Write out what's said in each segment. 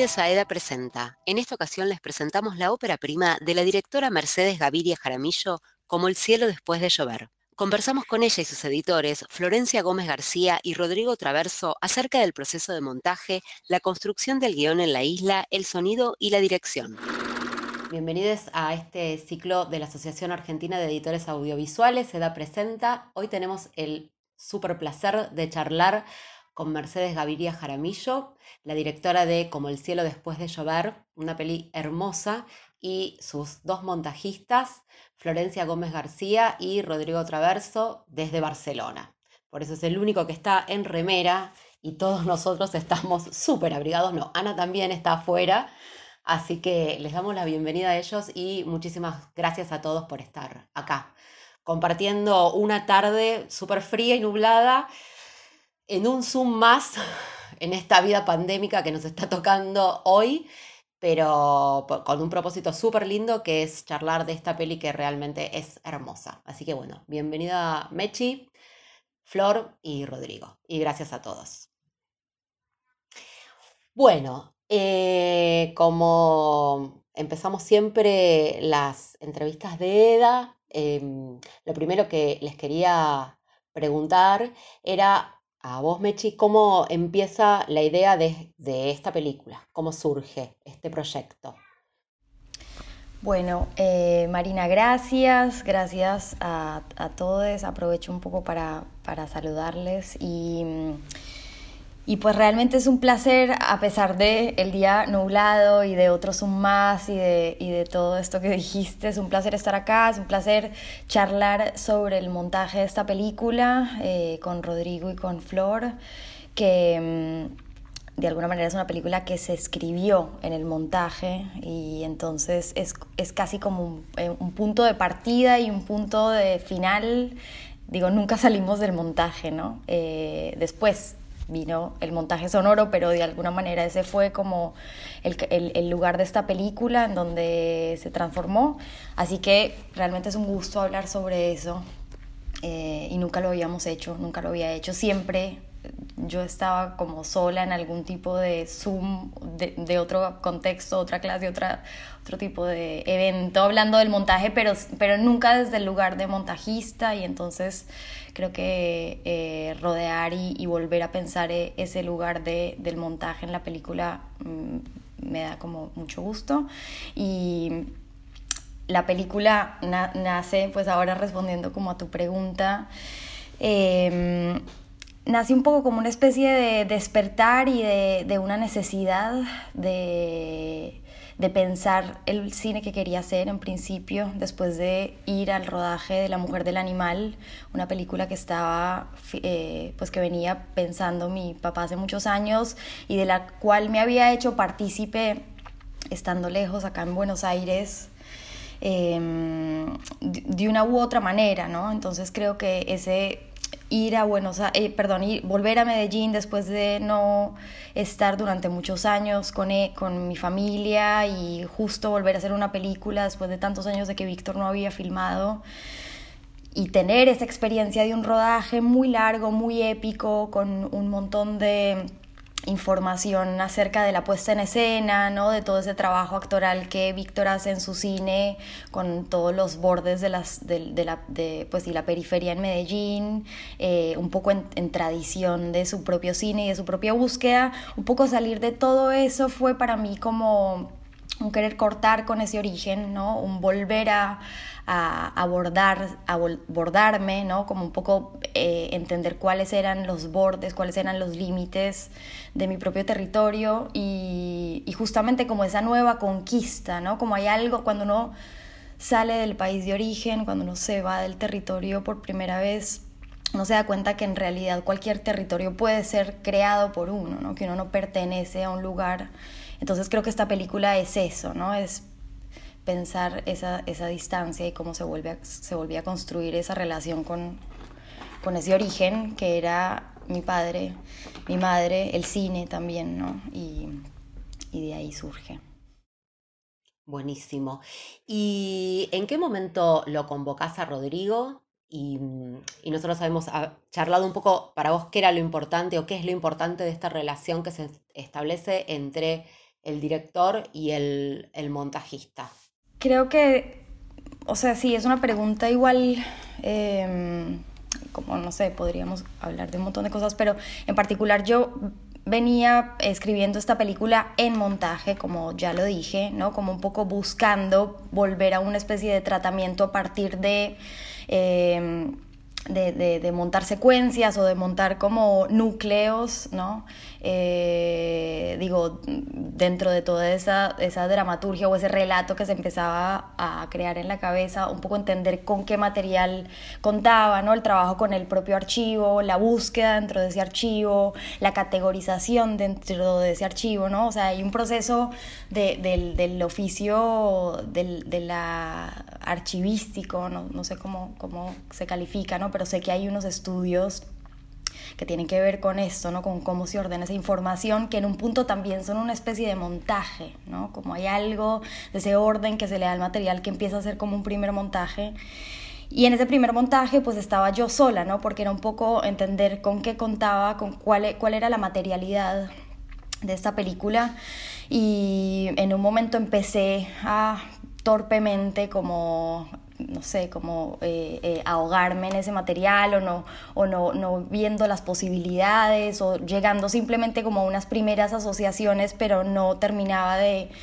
Bienvenidos a EDA Presenta. En esta ocasión les presentamos la ópera prima de la directora Mercedes Gaviria Jaramillo, Como el cielo después de llover. Conversamos con ella y sus editores, Florencia Gómez García y Rodrigo Traverso, acerca del proceso de montaje, la construcción del guión en la isla, el sonido y la dirección. Bienvenidos a este ciclo de la Asociación Argentina de Editores Audiovisuales, EDA Presenta. Hoy tenemos el súper placer de charlar con Mercedes Gaviria Jaramillo, la directora de Como el cielo después de llover, una peli hermosa, y sus dos montajistas, Florencia Gómez García y Rodrigo Traverso, desde Barcelona. Por eso es el único que está en remera y todos nosotros estamos súper abrigados. No, Ana también está afuera. Así que les damos la bienvenida a ellos y muchísimas gracias a todos por estar acá, compartiendo una tarde súper fría y nublada en un Zoom más en esta vida pandémica que nos está tocando hoy, pero con un propósito súper lindo que es charlar de esta peli que realmente es hermosa. Así que bueno, bienvenida Mechi, Flor y Rodrigo. Y gracias a todos. Bueno, como empezamos siempre las entrevistas de EDA, lo primero que les quería preguntar era a vos, Mechi, ¿cómo empieza la idea de esta película? ¿Cómo surge este proyecto? Bueno, Marina, gracias a todos. Aprovecho un poco para saludarles y pues realmente es un placer, a pesar de el día nublado y de otros un más y de todo esto que dijiste, es un placer estar acá, es un placer charlar sobre el montaje de esta película con Rodrigo y con Flor, que de alguna manera es una película que se escribió en el montaje y entonces es casi como un punto de partida y un punto de final. Digo, nunca salimos del montaje, ¿no? Después vino el montaje sonoro, pero de alguna manera ese fue como el lugar de esta película en donde se transformó. Así que realmente es un gusto hablar sobre eso y nunca lo habíamos hecho, nunca lo había hecho. Siempre yo estaba como sola en algún tipo de Zoom, de otro contexto, otra clase, otro tipo de evento, hablando del montaje, pero nunca desde el lugar de montajista, y entonces creo que rodear y volver a pensar ese lugar del montaje en la película me da como mucho gusto. Y la película nace, pues ahora respondiendo como a tu pregunta, nace un poco como una especie de despertar y de una necesidad de pensar el cine que quería hacer en principio, después de ir al rodaje de La Mujer del Animal, una película que estaba, pues que venía pensando mi papá hace muchos años y de la cual me había hecho partícipe estando lejos acá en Buenos Aires, de una u otra manera, ¿no? Entonces creo que ese ir a volver a Medellín después de no estar durante muchos años con mi familia y justo volver a hacer una película después de tantos años de que Víctor no había filmado y tener esa experiencia de un rodaje muy largo, muy épico, con un montón de información acerca de la puesta en escena, ¿no? De todo ese trabajo actoral que Víctor hace en su cine con todos los bordes de la periferia en Medellín, un poco en tradición de su propio cine y de su propia búsqueda. Un poco salir de todo eso fue para mí como un querer cortar con ese origen, ¿no? Un volver a abordarme, ¿no? Como un poco entender cuáles eran los bordes, cuáles eran los límites de mi propio territorio y justamente como esa nueva conquista, ¿no? Como hay algo cuando uno sale del país de origen, cuando uno se va del territorio por primera vez, uno se da cuenta que en realidad cualquier territorio puede ser creado por uno, ¿no? Que uno no pertenece a un lugar. Entonces creo que esta película es eso, ¿no? Es pensar esa distancia y cómo se volvía a construir esa relación con ese origen que era mi padre, mi madre, el cine también, ¿no? Y de ahí surge. Buenísimo. ¿Y en qué momento lo convocás a Rodrigo? Y nosotros habíamos charlado un poco para vos qué era lo importante o qué es lo importante de esta relación que se establece entre el director y el montajista? Creo que, o sea, sí, es una pregunta igual, como no sé, podríamos hablar de un montón de cosas, pero en particular yo venía escribiendo esta película en montaje, como ya lo dije, ¿no? Como un poco buscando volver a una especie de tratamiento a partir eh, de montar secuencias o de montar como núcleos, ¿no? Digo, dentro de toda esa dramaturgia o ese relato que se empezaba a crear en la cabeza, un poco entender con qué material contaba, ¿no? El trabajo con el propio archivo, la búsqueda dentro de ese archivo, la categorización dentro de ese archivo, ¿no? O sea, hay un proceso del oficio de la archivístico, no sé cómo se califica, ¿no? Pero sé que hay unos estudios que tienen que ver con esto, ¿no? Con cómo se ordena esa información, que en un punto también son una especie de montaje, ¿no? Como hay algo de ese orden que se le da al material que empieza a ser como un primer montaje. Y en ese primer montaje pues estaba yo sola, ¿no? Porque era un poco entender con qué contaba, con cuál era la materialidad de esta película. Y en un momento empecé a torpemente como no sé, como ahogarme en ese material o no viendo las posibilidades o llegando simplemente como a unas primeras asociaciones, pero no terminaba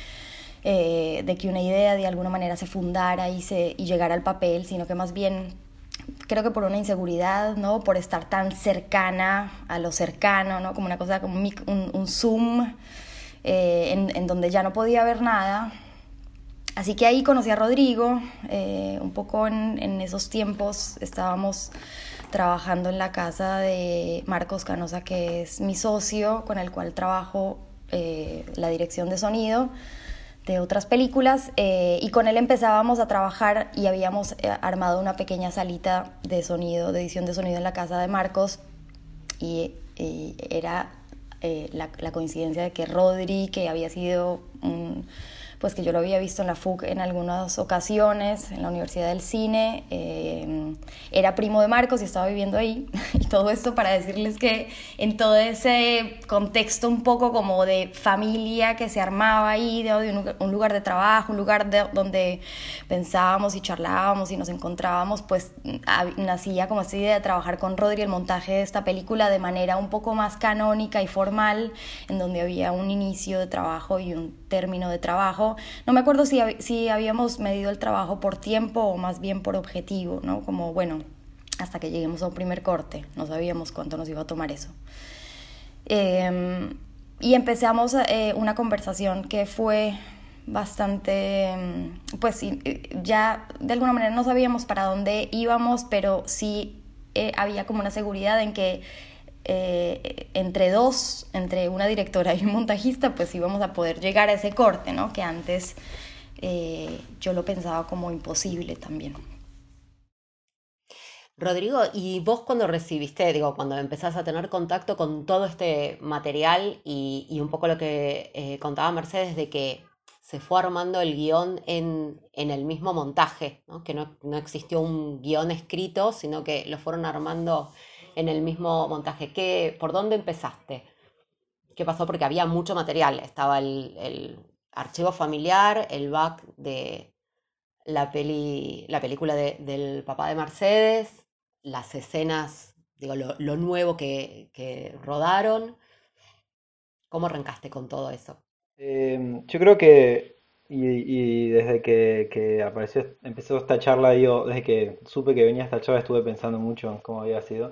de que una idea de alguna manera se fundara y llegara al papel, sino que más bien creo que por una inseguridad, ¿no? Por estar tan cercana a lo cercano, ¿no? Como una cosa, como un zoom en donde ya no podía ver nada. Así que ahí conocí a Rodrigo, un poco en esos tiempos estábamos trabajando en la casa de Marcos Canosa, que es mi socio, con el cual trabajo la dirección de sonido de otras películas, y con él empezábamos a trabajar y habíamos armado una pequeña salita de sonido, de edición de sonido en la casa de Marcos, y era la coincidencia de que Rodri, que había sido pues que yo lo había visto en la FUC en algunas ocasiones, en la Universidad del Cine, era primo de Marcos y estaba viviendo ahí, y todo esto para decirles que en todo ese contexto un poco como de familia que se armaba ahí, de un lugar de trabajo, un lugar donde pensábamos y charlábamos y nos encontrábamos, pues nacía como esta idea de trabajar con Rodri el montaje de esta película de manera un poco más canónica y formal, en donde había un inicio de trabajo y un término de trabajo. No me acuerdo si habíamos medido el trabajo por tiempo o más bien por objetivo, ¿no? Como, bueno, hasta que lleguemos a un primer corte, no sabíamos cuánto nos iba a tomar eso. Y empezamos una conversación que fue bastante, pues ya de alguna manera no sabíamos para dónde íbamos, pero sí había como una seguridad en que entre una directora y un montajista, pues íbamos a poder llegar a ese corte, ¿no? Que antes yo lo pensaba como imposible también. Rodrigo, ¿y vos cuando recibiste, digo, cuando empezás a tener contacto con todo este material y un poco lo que contaba Mercedes de que se fue armando el guión en el mismo montaje, ¿no? Que no existió un guión escrito, sino que lo fueron armando en el mismo montaje? ¿Por dónde empezaste? ¿Qué pasó? Porque había mucho material. Estaba el archivo familiar, el back de la película del papá de Mercedes, las escenas, digo, lo nuevo que rodaron. ¿Cómo arrancaste con todo eso? Yo creo que, y desde que apareció, empezó esta charla, yo, desde que supe que venía esta charla, estuve pensando mucho en cómo había sido,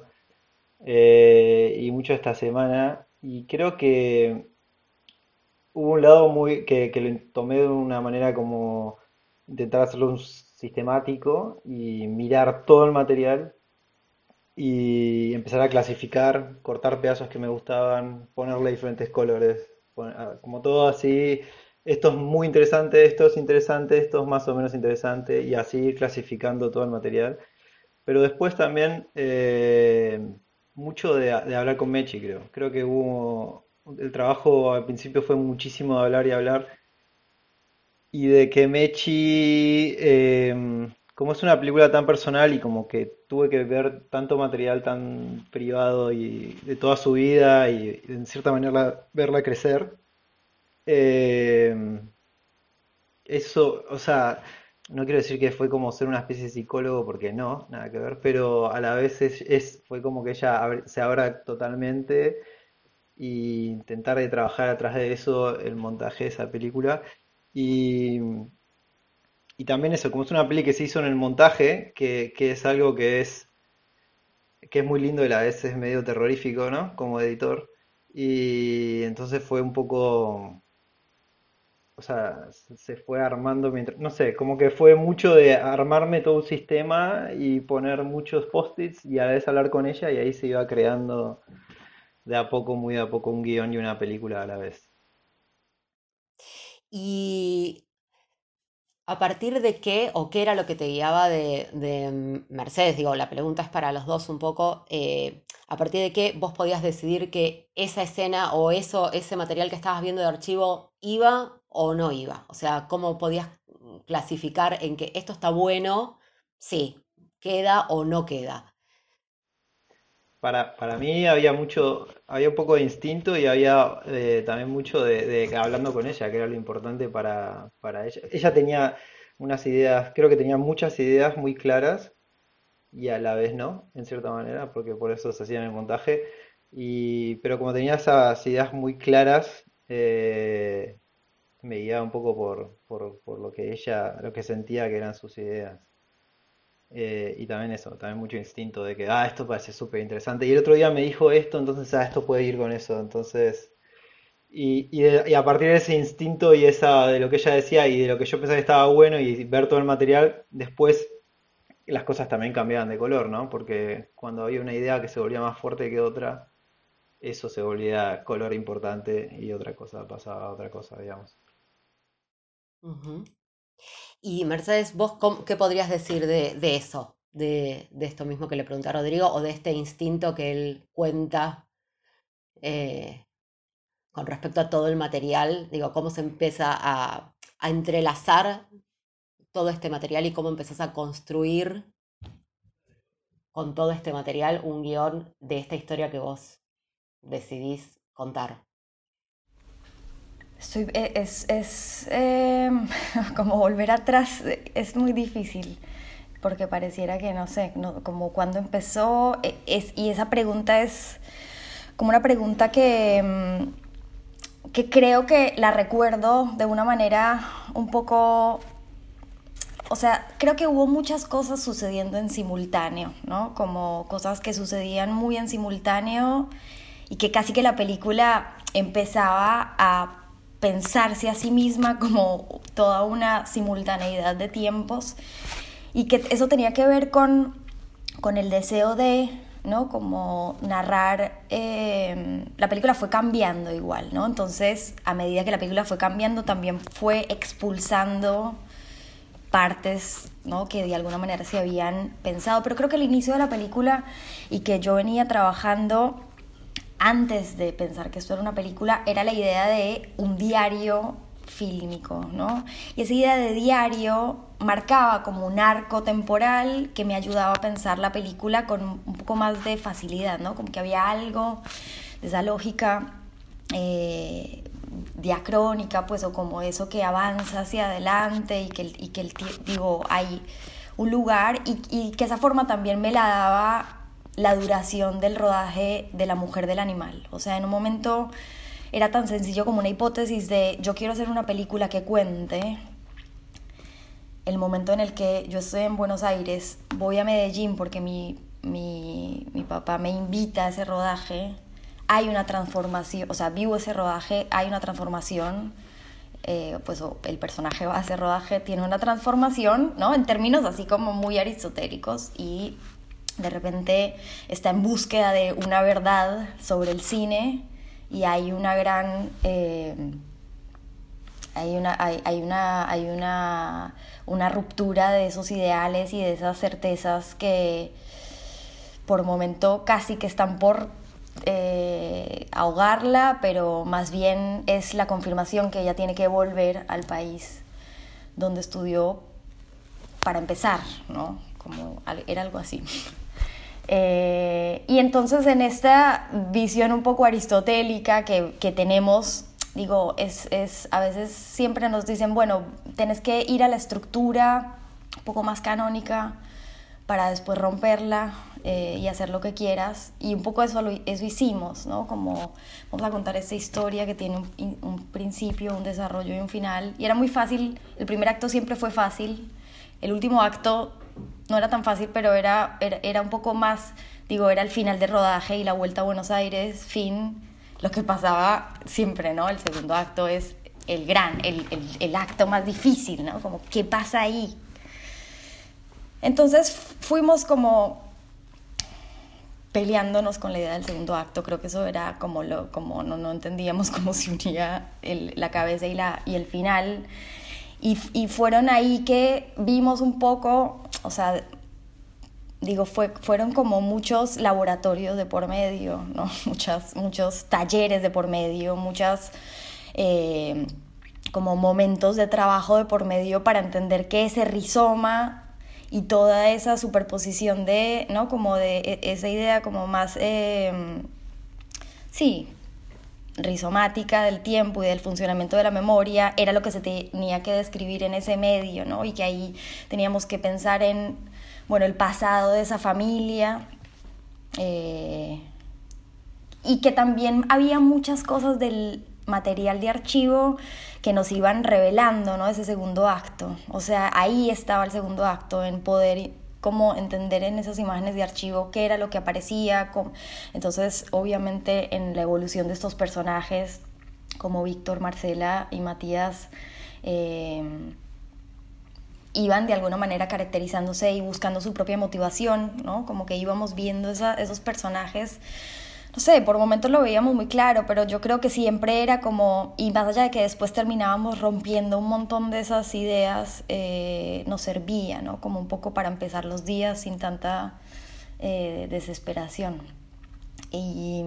y mucho esta semana, y creo que hubo un lado que lo tomé de una manera como intentar hacerlo un sistemático y mirar todo el material y empezar a clasificar, cortar pedazos que me gustaban, ponerle diferentes colores, como todo así, esto es muy interesante, esto es interesante, esto es más o menos interesante, y así ir clasificando todo el material. Pero después también mucho de hablar con Mechi, creo. Creo que el trabajo al principio fue muchísimo de hablar y hablar, y de que Mechi, como es una película tan personal y como que tuve que ver tanto material tan privado y de toda su vida y en cierta manera verla crecer, Eh, Eso, o sea, no quiero decir que fue como ser una especie de psicólogo, porque no, nada que ver, pero a la vez fue como que ella se abra totalmente y intentar de trabajar atrás de eso el montaje de esa película. Y, y también eso, como es una peli que se hizo en el montaje, que es algo que es muy lindo y a la vez es medio terrorífico, ¿no? Como editor. Y entonces fue un poco, o sea, se fue armando mientras, no sé, como que fue mucho de armarme todo un sistema y poner muchos post-its y a la vez hablar con ella y ahí se iba creando de a poco, muy de a poco, un guión y una película a la vez. Y a partir de qué o qué era lo que te guiaba Mercedes, digo, la pregunta es para los dos un poco, a partir de qué vos podías decidir que esa escena o eso, ese material que estabas viendo de archivo iba o no iba. O sea, cómo podías clasificar en que esto está bueno, sí, queda o no queda. Para mí había mucho, había un poco de instinto y había también mucho de hablando con ella, que era lo importante para ella. Ella tenía unas ideas, creo que tenía muchas ideas muy claras y a la vez no, en cierta manera, porque por eso se hacía en el montaje. Pero como tenía esas ideas muy claras, me guiaba un poco por lo que ella, lo que sentía que eran sus ideas. Y también eso, también mucho instinto de que, esto parece súper interesante. Y el otro día me dijo esto, entonces, esto puede ir con eso. Entonces, y a partir de ese instinto y de lo que ella decía y de lo que yo pensaba que estaba bueno y ver todo el material, después las cosas también cambiaban de color, ¿no? Porque cuando había una idea que se volvía más fuerte que otra, eso se volvía color importante y otra cosa pasaba a otra cosa, digamos. Ujú. Y Mercedes, ¿vos qué podrías decir de eso? De esto mismo que le pregunté a Rodrigo, o de este instinto que él cuenta eh, con respecto a todo el material. Digo, cómo se empieza a entrelazar todo este material y cómo empezás a construir con todo este material un guión de esta historia que vos decidís contar. Como volver atrás, es muy difícil, porque pareciera que no sé, como cuando empezó, y esa pregunta es como una pregunta que creo que la recuerdo de una manera un poco, o sea, creo que hubo muchas cosas sucediendo en simultáneo, ¿no? Como cosas que sucedían muy en simultáneo y que casi que la película empezaba a pensarse a sí misma como toda una simultaneidad de tiempos y que eso tenía que ver con el deseo de, ¿no? Como narrar, la película fue cambiando igual, ¿no? Entonces, a medida que la película fue cambiando, también fue expulsando partes, ¿no? Que de alguna manera se habían pensado, pero creo que el inicio de la película y que yo venía trabajando antes de pensar que esto era una película era la idea de un diario fílmico, ¿no? Y esa idea de diario marcaba como un arco temporal que me ayudaba a pensar la película con un poco más de facilidad, ¿no? Como que había algo de esa lógica diacrónica, pues, o como eso que avanza hacia adelante digo, hay un lugar y que esa forma también me la daba la duración del rodaje de La mujer del animal. O sea, en un momento era tan sencillo como una hipótesis de yo quiero hacer una película que cuente el momento en el que yo estoy en Buenos Aires, voy a Medellín porque mi papá me invita a ese rodaje, hay una transformación, o sea, vivo ese rodaje, hay una transformación, pues el personaje va a ese rodaje, tiene una transformación, ¿no? En términos así como muy aristotéricos y de repente está en búsqueda de una verdad sobre el cine y hay una gran... una ruptura de esos ideales y de esas certezas que por momento casi que están por ahogarla, pero más bien es la confirmación que ella tiene que volver al país donde estudió para empezar, ¿no? Como era algo así. Y entonces en esta visión un poco aristotélica que tenemos Digo, a veces siempre nos dicen, bueno, tienes que ir a la estructura un poco más canónica para después romperla y hacer lo que quieras. Y un poco eso hicimos, ¿no? Como vamos a contar esta historia que tiene un principio, un desarrollo y un final. Y era muy fácil, el primer acto siempre fue fácil, el último acto no era tan fácil, pero era un poco más, digo, era el final de rodaje y la vuelta a Buenos Aires, fin. Lo que pasaba siempre, ¿no? El segundo acto es el acto más difícil, ¿no? Como, ¿qué pasa ahí? Entonces fuimos como peleándonos con la idea del segundo acto. Creo que eso era como no entendíamos cómo se unía la cabeza y el final. Y fueron ahí que vimos un poco, o sea, digo, fueron como muchos laboratorios de por medio, ¿no? Muchos talleres de por medio, como momentos de trabajo de por medio para entender que ese rizoma y toda esa superposición de, ¿no? Como de esa idea como más, sí, rizomática del tiempo y del funcionamiento de la memoria, era lo que se tenía que describir en ese medio, ¿no? Y que ahí teníamos que pensar en, bueno, el pasado de esa familia, y que también había muchas cosas del material de archivo que nos iban revelando, ¿no? Ese segundo acto. O sea, ahí estaba el segundo acto, en poder como entender en esas imágenes de archivo qué era lo que aparecía. Entonces, obviamente, en la evolución de estos personajes, como Víctor, Marcela y Matías, iban de alguna manera caracterizándose y buscando su propia motivación, ¿no? Como que íbamos viendo esos personajes. No sé, por momentos lo veíamos muy claro, pero yo creo que siempre era como, y más allá de que después terminábamos rompiendo un montón de esas ideas, nos servía, ¿no? Como un poco para empezar los días sin tanta desesperación. Y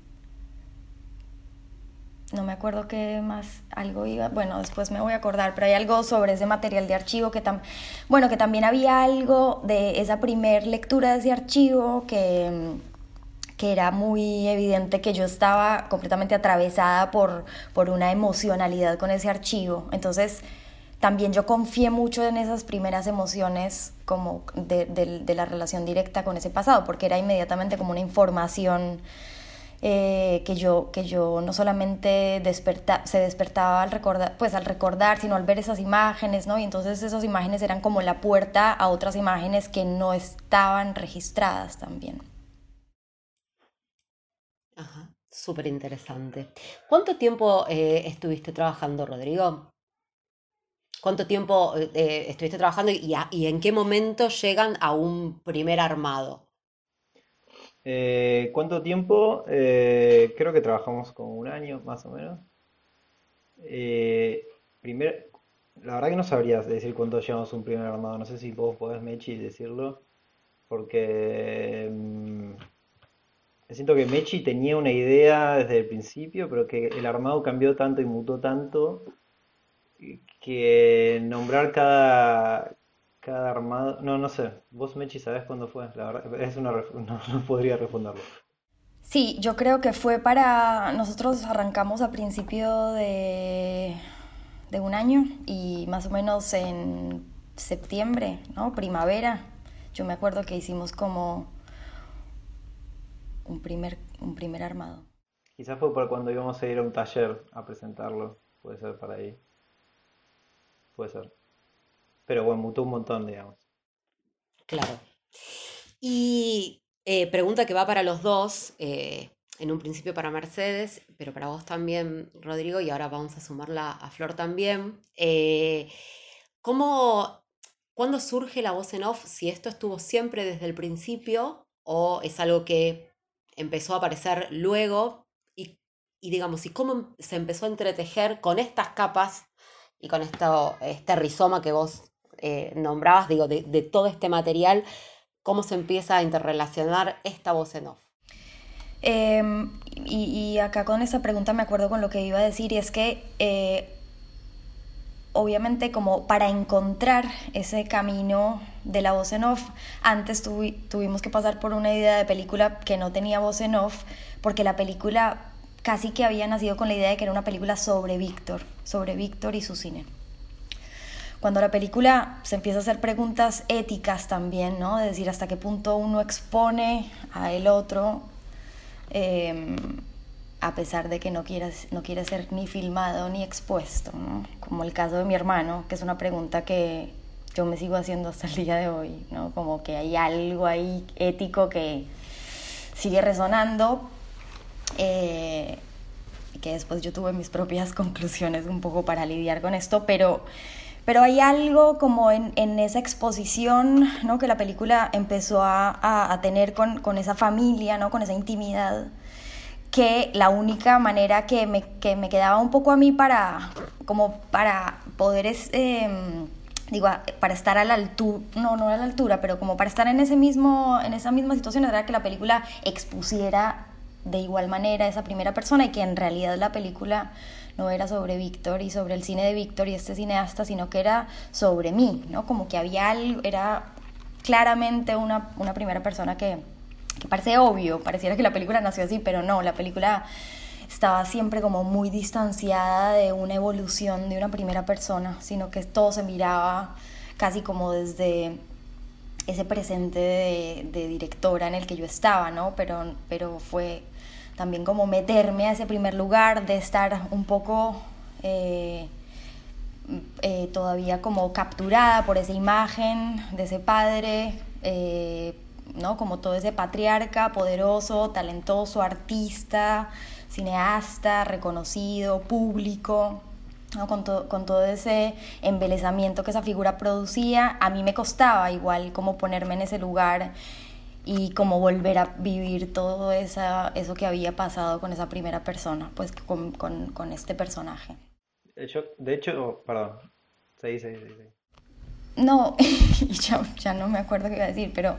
no me acuerdo qué más, algo iba, bueno, después me voy a acordar, pero hay algo sobre ese material de archivo que también había algo de esa primer lectura de ese archivo que era muy evidente que yo estaba completamente atravesada por una emocionalidad con ese archivo. Entonces, también yo confié mucho en esas primeras emociones como de la relación directa con ese pasado, porque era inmediatamente como una información que yo no solamente se despertaba al recordar, sino al ver esas imágenes, ¿no? Y entonces esas imágenes eran como la puerta a otras imágenes que no estaban registradas también. Ajá, súper interesante. ¿Cuánto tiempo estuviste trabajando, Rodrigo? ¿Cuánto tiempo estuviste trabajando y en qué momento llegan a un primer armado? ¿Cuánto tiempo? Creo que trabajamos como un año más o menos. Eh, primer- la verdad que no sabría decir cuánto llevamos un primer armado. No sé si vos podés, Mechi, decirlo. Porque siento que Mechi tenía una idea desde el principio, pero que el armado cambió tanto y mutó tanto que nombrar cada armado. No, no sé. Vos, Mechi, ¿sabés cuándo fue? La verdad, no podría responderlo. Sí, yo creo que nosotros arrancamos a principio de un año y más o menos en septiembre, ¿no? Primavera. Yo me acuerdo que hicimos como un primer armado. Quizás fue para cuando íbamos a ir a un taller a presentarlo. Puede ser para ahí. Puede ser. Pero bueno, mutó un montón, digamos. Claro. Y pregunta que va para los dos, en un principio para Mercedes, pero para vos también, Rodrigo, y ahora vamos a sumarla a Flor también. ¿Cómo, cuándo surge la voz en off? Si esto estuvo siempre desde el principio o es algo que empezó a aparecer luego y digamos, y cómo se empezó a entretejer con estas capas y con este rizoma que vos nombrabas, digo, de todo este material, cómo se empieza a interrelacionar esta voz en off. Y acá con esa pregunta me acuerdo con lo que iba a decir, y es que obviamente como para encontrar ese camino de la voz en off, antes tuvimos que pasar por una idea de película que no tenía voz en off, porque la película casi que había nacido con la idea de que era una película sobre Víctor y su cine. Cuando la película se empieza a hacer preguntas éticas también, ¿no? De decir hasta qué punto uno expone a el otro, a pesar de que no quiere ser ni filmado ni expuesto, ¿no? Como el caso de mi hermano, que es una pregunta que yo me sigo haciendo hasta el día de hoy, ¿no? Como que hay algo ahí ético que sigue resonando, que después yo tuve mis propias conclusiones un poco para lidiar con esto, pero hay algo como en esa exposición, ¿no? Que la película empezó a tener con esa familia, ¿no? Con esa intimidad, que la única manera que me quedaba un poco a mí para poder, para estar a la altura, no a la altura, pero como para estar en esa misma situación, era que la película expusiera de igual manera a esa primera persona, y que en realidad la película no era sobre Víctor y sobre el cine de Víctor y este cineasta, sino que era sobre mí, ¿no? Como que había algo, era claramente una primera persona que parece obvio, pareciera que la película nació así, pero no, la película estaba siempre como muy distanciada de una evolución de una primera persona, sino que todo se miraba casi como desde ese presente de directora en el que yo estaba, ¿no? Pero fue también como meterme a ese primer lugar, de estar un poco todavía como capturada por esa imagen de ese padre, ¿no? Como todo ese patriarca poderoso, talentoso, artista, cineasta, reconocido, público, ¿no? Con todo ese embelezamiento que esa figura producía. A mí me costaba igual como ponerme en ese lugar y como volver a vivir todo eso que había pasado con esa primera persona, pues con este personaje. De hecho, perdón, seguí. No, ya no me acuerdo qué iba a decir, pero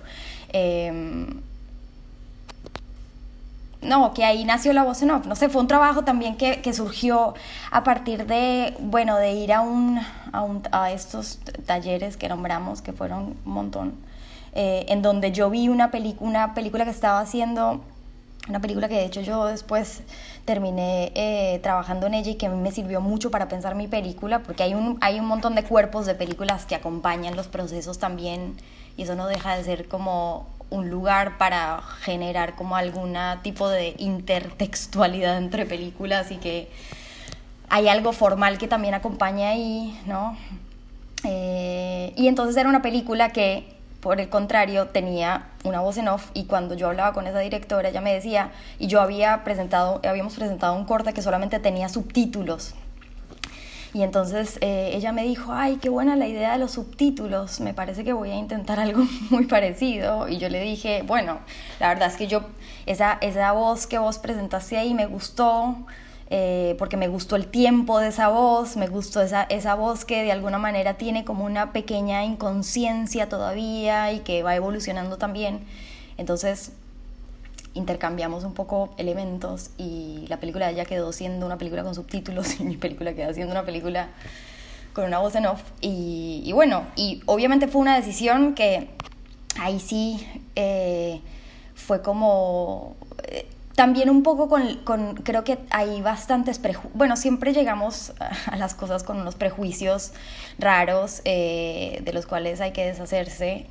no, que ahí nació la voz en off. No sé, fue un trabajo también que surgió a partir de, bueno, de ir a estos talleres que nombramos, que fueron un montón, en donde yo vi una película que estaba haciendo, una película que de hecho yo después terminé trabajando en ella, y que a mí me sirvió mucho para pensar mi película, porque hay un montón de cuerpos de películas que acompañan los procesos también, y eso no deja de ser como un lugar para generar como algún tipo de intertextualidad entre películas, y que hay algo formal que también acompaña ahí, ¿no? Y entonces era una película que, por el contrario, tenía una voz en off, y cuando yo hablaba con esa directora, ella me decía, y habíamos presentado un corte que solamente tenía subtítulos, y entonces ella me dijo, ay, qué buena la idea de los subtítulos, me parece que voy a intentar algo muy parecido. Y yo le dije, bueno, la verdad es que esa voz que vos presentaste ahí me gustó, porque me gustó el tiempo de esa voz, me gustó esa voz que de alguna manera tiene como una pequeña inconsciencia todavía y que va evolucionando también. Entonces intercambiamos un poco elementos, y la película ya quedó siendo una película con subtítulos, y mi película quedó siendo una película con una voz en off. Y bueno, y obviamente fue una decisión que ahí sí fue como también un poco creo que hay bastantes bueno, siempre llegamos a las cosas con unos prejuicios raros, de los cuales hay que deshacerse,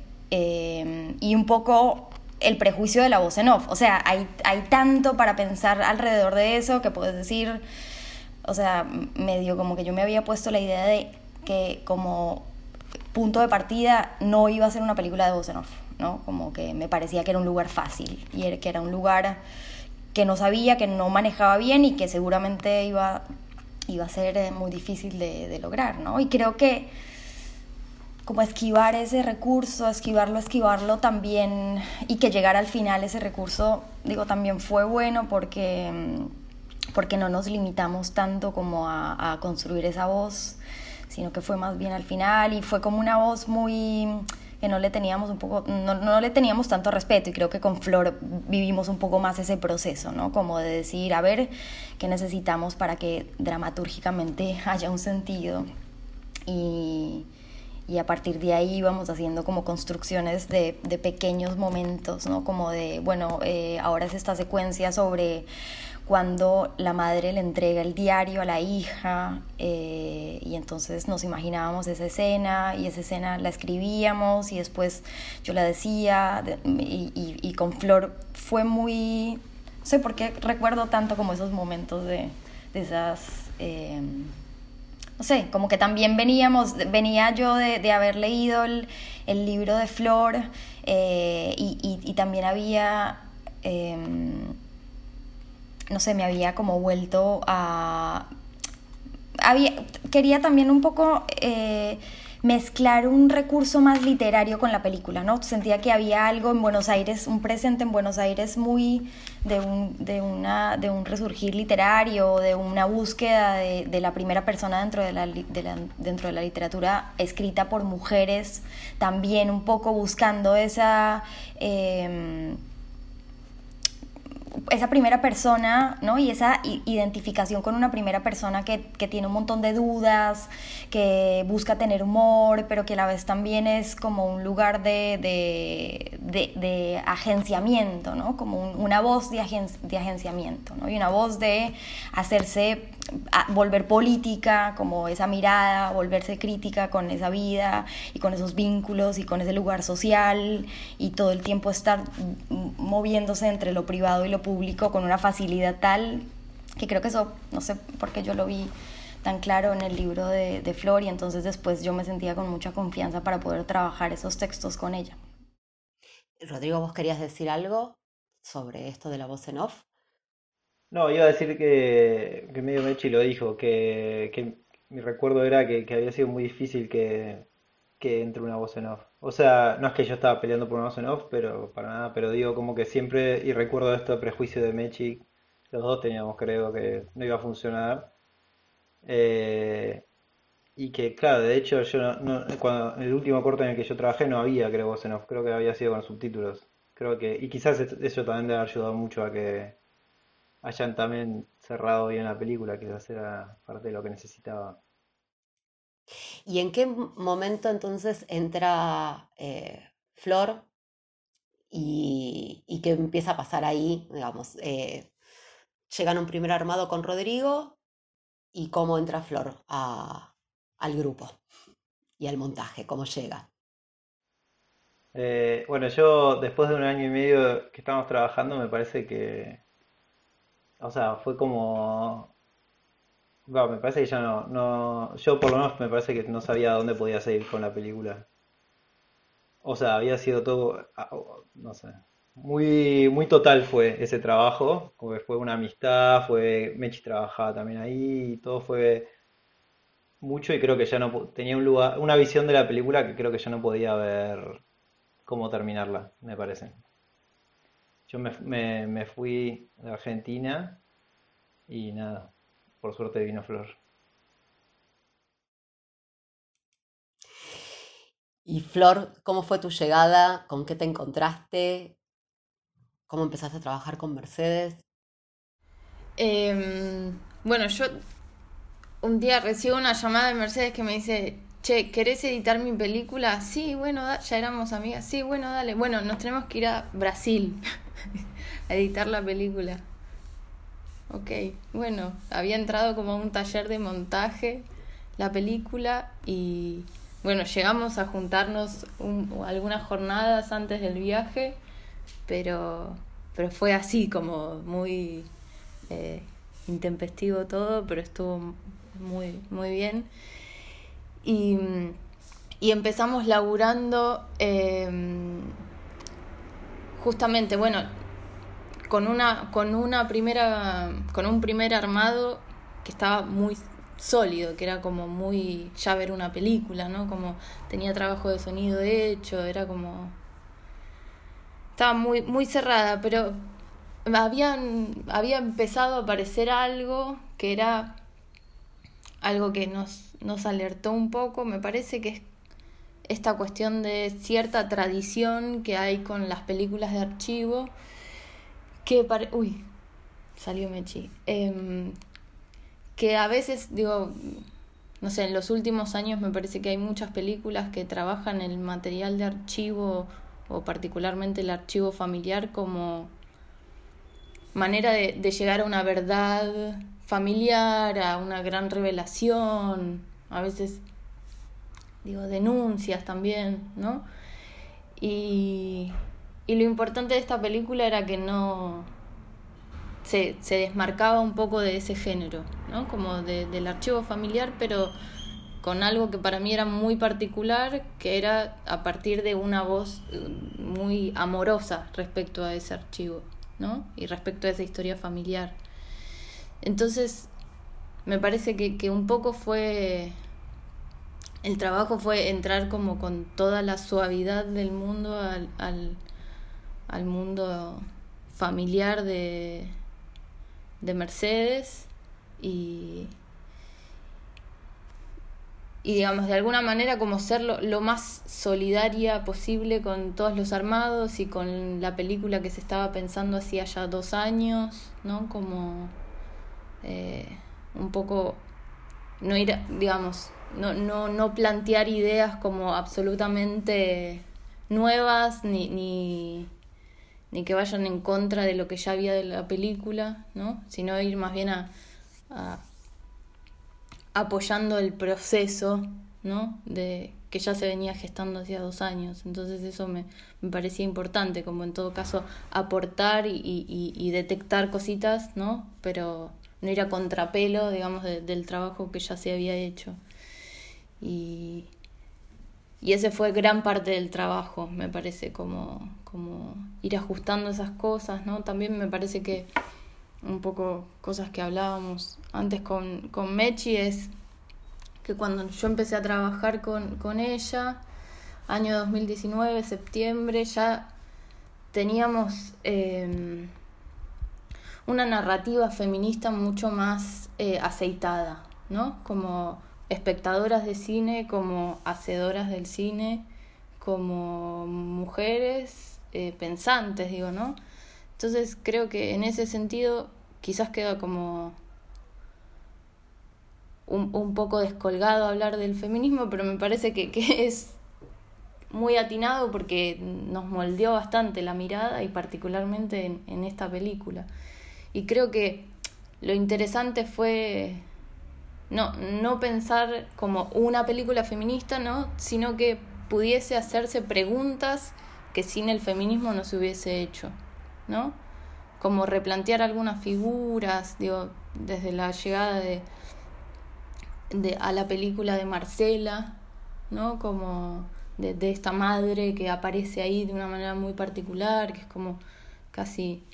y un poco el prejuicio de la voz en off. O sea, hay tanto para pensar alrededor de eso, que puedes decir, o sea, medio como que yo me había puesto la idea de que como punto de partida no iba a ser una película de voz en off, ¿no? Como que me parecía que era un lugar fácil, y que era un lugar que no sabía, que no manejaba bien, y que seguramente iba a ser muy difícil de lograr, ¿no? Y creo que como esquivar ese recurso, esquivarlo también, y que llegara al final ese recurso, digo, también fue bueno porque no nos limitamos tanto como a construir esa voz, sino que fue más bien al final, y fue como una voz muy que no le teníamos tanto respeto, y creo que con Flor vivimos un poco más ese proceso, ¿no? Como de decir, a ver, ¿qué necesitamos para que dramatúrgicamente haya un sentido? Y y a partir de ahí íbamos haciendo como construcciones de pequeños momentos, ¿no? Como de, bueno, ahora es esta secuencia sobre cuando la madre le entrega el diario a la hija, y entonces nos imaginábamos esa escena, y esa escena la escribíamos y después yo la decía, y con Flor fue muy, no sé por qué recuerdo tanto como esos momentos de esas, no sé, como que también venía yo de haber leído el libro de Flor, y también había, no sé, me había como vuelto a... quería también un poco mezclar un recurso más literario con la película, ¿no? Sentía que había algo en Buenos Aires, un presente en Buenos Aires muy de un resurgir literario, de una búsqueda de la primera persona dentro de la literatura escrita por mujeres, también un poco buscando esa primera persona, ¿no? Y esa identificación con una primera persona que tiene un montón de dudas, que busca tener humor, pero que a la vez también es como un lugar de agenciamiento, ¿no? Como una voz de agenciamiento, ¿no? Y una voz de hacerse, volver política, como esa mirada, volverse crítica con esa vida y con esos vínculos y con ese lugar social, y todo el tiempo estar moviéndose entre lo privado y lo público con una facilidad tal que creo que eso, no sé por qué yo lo vi tan claro en el libro de Flor, y entonces después yo me sentía con mucha confianza para poder trabajar esos textos con ella. Rodrigo, ¿vos querías decir algo sobre esto de la voz en off? No, iba a decir que medio Mechi lo dijo, que mi recuerdo era que había sido muy difícil que entre una voz en off. O sea, no es que yo estaba peleando por una voz en off, pero para nada, pero digo como que siempre, y recuerdo esto de prejuicio de Mechi, los dos teníamos, creo, que no iba a funcionar. Eh, y que, claro, de hecho, yo cuando, en el último corto en el que yo trabajé no había, creo, voz en off, creo que había sido con subtítulos. Creo que, y quizás eso también debe haber ayudado mucho a que hayan también cerrado bien la película, quizás era parte de lo que necesitaba. ¿Y en qué momento entonces entra Flor y qué empieza a pasar ahí? Digamos, llegan a un primer armado con Rodrigo y cómo entra Flor al grupo y al montaje, cómo llega. Bueno, yo después de un año y medio que estábamos trabajando, me parece o sea, fue como, me parece que ya yo por lo menos me parece que no sabía dónde podía seguir con la película. O sea, había sido todo, no sé, muy total fue ese trabajo, como que fue una amistad, Mechi trabajaba también ahí, y todo fue mucho y creo que ya no tenía un lugar, una visión de la película que creo que ya no podía ver cómo terminarla, me parece. Yo me fui de Argentina y nada, por suerte vino Flor. Y Flor, ¿cómo fue tu llegada? ¿Con qué te encontraste? ¿Cómo empezaste a trabajar con Mercedes? Bueno, yo un día recibo una llamada de Mercedes que me dice, che, ¿querés editar mi película? Sí, bueno, ya éramos amigas. Sí, bueno, dale. Bueno, nos tenemos que ir a Brasil a editar la película. Ok, bueno, había entrado como a un taller de montaje la película y bueno, llegamos a juntarnos algunas jornadas antes del viaje, pero fue así como muy intempestivo todo, pero estuvo muy bien. Y, y empezamos laburando justamente, bueno, con un primer armado que estaba muy sólido, que era como muy ya ver una película, ¿no? Como tenía trabajo de sonido hecho, era como estaba muy cerrada, pero había empezado a aparecer algo que era algo que nos alertó un poco, me parece que es esta cuestión de cierta tradición que hay con las películas de archivo, que salió Mechi, que a veces, digo, no sé, en los últimos años me parece que hay muchas películas que trabajan el material de archivo o particularmente el archivo familiar como manera de llegar a una verdad familiar, a una gran revelación, a veces digo denuncias también, ¿no? Y lo importante de esta película era que no se desmarcaba un poco de ese género, ¿no? Como del archivo familiar, pero con algo que para mí era muy particular, que era a partir de una voz muy amorosa respecto a ese archivo, ¿no? Y respecto a esa historia familiar. Entonces, me parece que un poco fue... El trabajo fue entrar como con toda la suavidad del mundo al mundo familiar de Mercedes y digamos de alguna manera como ser lo más solidaria posible con todos los armados y con la película que se estaba pensando hacía ya 2 años, ¿no? Como un poco no ir, digamos, no plantear ideas como absolutamente nuevas ni que vayan en contra de lo que ya había de la película, ¿no? Sino ir más bien a apoyando el proceso, ¿no? De que ya se venía gestando hacía 2 años. Entonces eso me parecía importante, como en todo caso aportar y detectar cositas, ¿no? Pero no ir a contrapelo, digamos, del trabajo que ya se había hecho. Y ese fue gran parte del trabajo, me parece, como ir ajustando esas cosas, ¿no? También me parece que un poco cosas que hablábamos antes con Mechi es que cuando yo empecé a trabajar con ella, año 2019, septiembre, ya teníamos una narrativa feminista mucho más aceitada, ¿no? Como espectadoras de cine, como hacedoras del cine, como mujeres pensantes, digo, ¿no? Entonces creo que en ese sentido quizás queda como un poco descolgado hablar del feminismo, pero me parece que es muy atinado porque nos moldeó bastante la mirada y particularmente en esta película. Y creo que lo interesante fue no pensar como una película feminista, ¿no? Sino que pudiese hacerse preguntas que sin el feminismo no se hubiese hecho, ¿no? Como replantear algunas figuras, digo, desde la llegada a la película de Marcela, ¿no? Como de esta madre que aparece ahí de una manera muy particular, que es como casi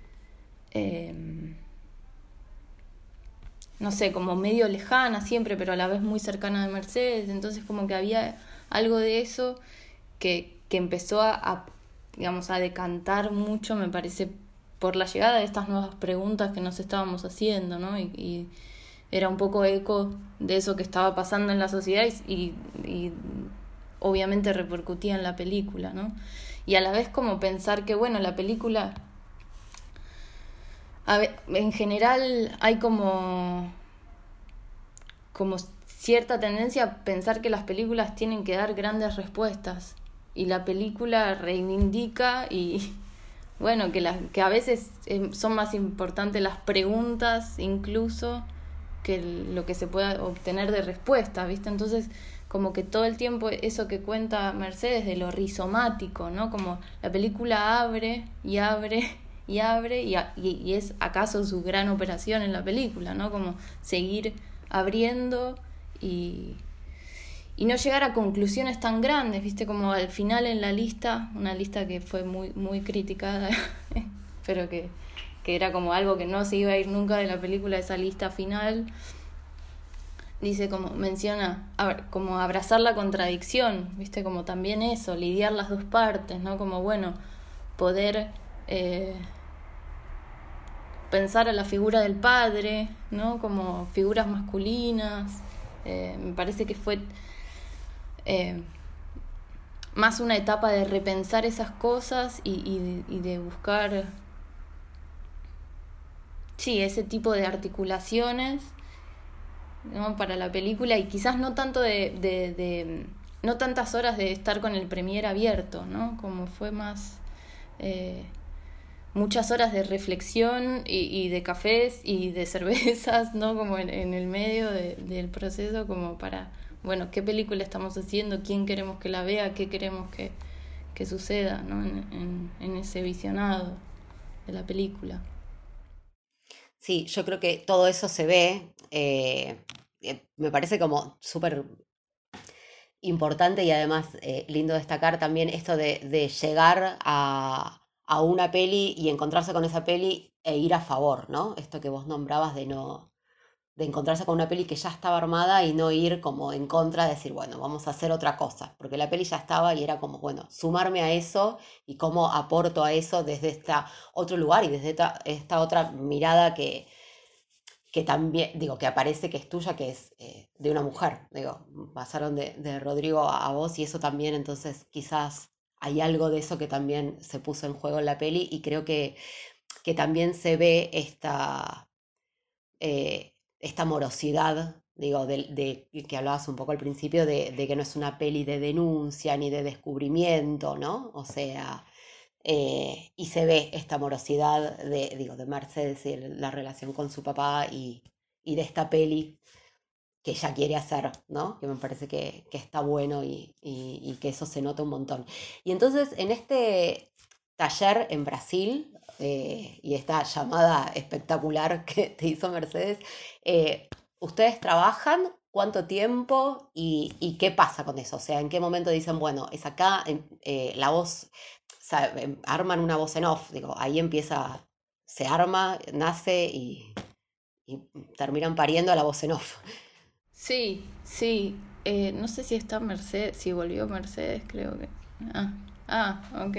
no sé, como medio lejana siempre, pero a la vez muy cercana de Mercedes. Entonces como que había algo de eso que empezó digamos, a decantar mucho, me parece, por la llegada de estas nuevas preguntas que nos estábamos haciendo, ¿no? Y era un poco eco de eso que estaba pasando en la sociedad y obviamente repercutía en la película, ¿no? Y a la vez como pensar que, bueno, la película... en general hay como cierta tendencia a pensar que las películas tienen que dar grandes respuestas y la película reivindica y bueno, que a veces son más importantes las preguntas incluso que lo que se pueda obtener de respuesta, ¿viste? Entonces como que todo el tiempo eso que cuenta Mercedes de lo rizomático, ¿no? Como la película abre y abre y abre y es acaso su gran operación en la película, ¿no? Como seguir abriendo y no llegar a conclusiones tan grandes, ¿viste? Como al final en la lista, una lista que fue muy, muy criticada, pero que era como algo que no se iba a ir nunca de la película, esa lista final, dice como, menciona, como abrazar la contradicción, ¿viste? Como también eso, lidiar las dos partes, ¿no? Como, bueno, poder pensar a la figura del padre, ¿no? Como figuras masculinas. Me parece que fue más una etapa de repensar esas cosas y de buscar ese tipo de articulaciones ¿no? Para la película, y quizás no tanto no tantas horas de estar con el premier abierto, ¿no? Como fue más muchas horas de reflexión y de cafés y de cervezas, ¿no? Como en el medio del proceso, como para, bueno, qué película estamos haciendo, quién queremos que la vea, qué queremos que suceda, ¿no? En ese visionado de la película. Sí, yo creo que todo eso se ve, me parece como súper importante y además lindo destacar también esto de llegar a una peli y encontrarse con esa peli e ir a favor, ¿no? Esto que vos nombrabas de no, de encontrarse con una peli que ya estaba armada y no ir como en contra, de decir, bueno, vamos a hacer otra cosa, porque la peli ya estaba y era como, bueno, sumarme a eso y cómo aporto a eso desde este otro lugar y desde esta otra mirada que también, digo, que aparece, que es tuya, que es de una mujer, digo, pasaron de Rodrigo a vos y eso también, entonces quizás hay algo de eso que también se puso en juego en la peli y creo que también se ve esta morosidad, digo, que hablabas un poco al principio, de que no es una peli de denuncia ni de descubrimiento, ¿no? O sea, y se ve esta morosidad de Mercedes y la relación con su papá y de esta peli que ella quiere hacer, ¿no? Que me parece que está bueno y que eso se nota un montón. Y entonces, en este taller en Brasil, y esta llamada espectacular que te hizo Mercedes, ¿ustedes trabajan? ¿Cuánto tiempo? Y qué pasa con eso? O sea, ¿en qué momento dicen, bueno, es acá, la voz, arman una voz en off? Digo, ahí empieza, se arma, nace y terminan pariendo a la voz en off. Sí, sí. No sé si está Mercedes, si volvió Mercedes, creo que. Ok.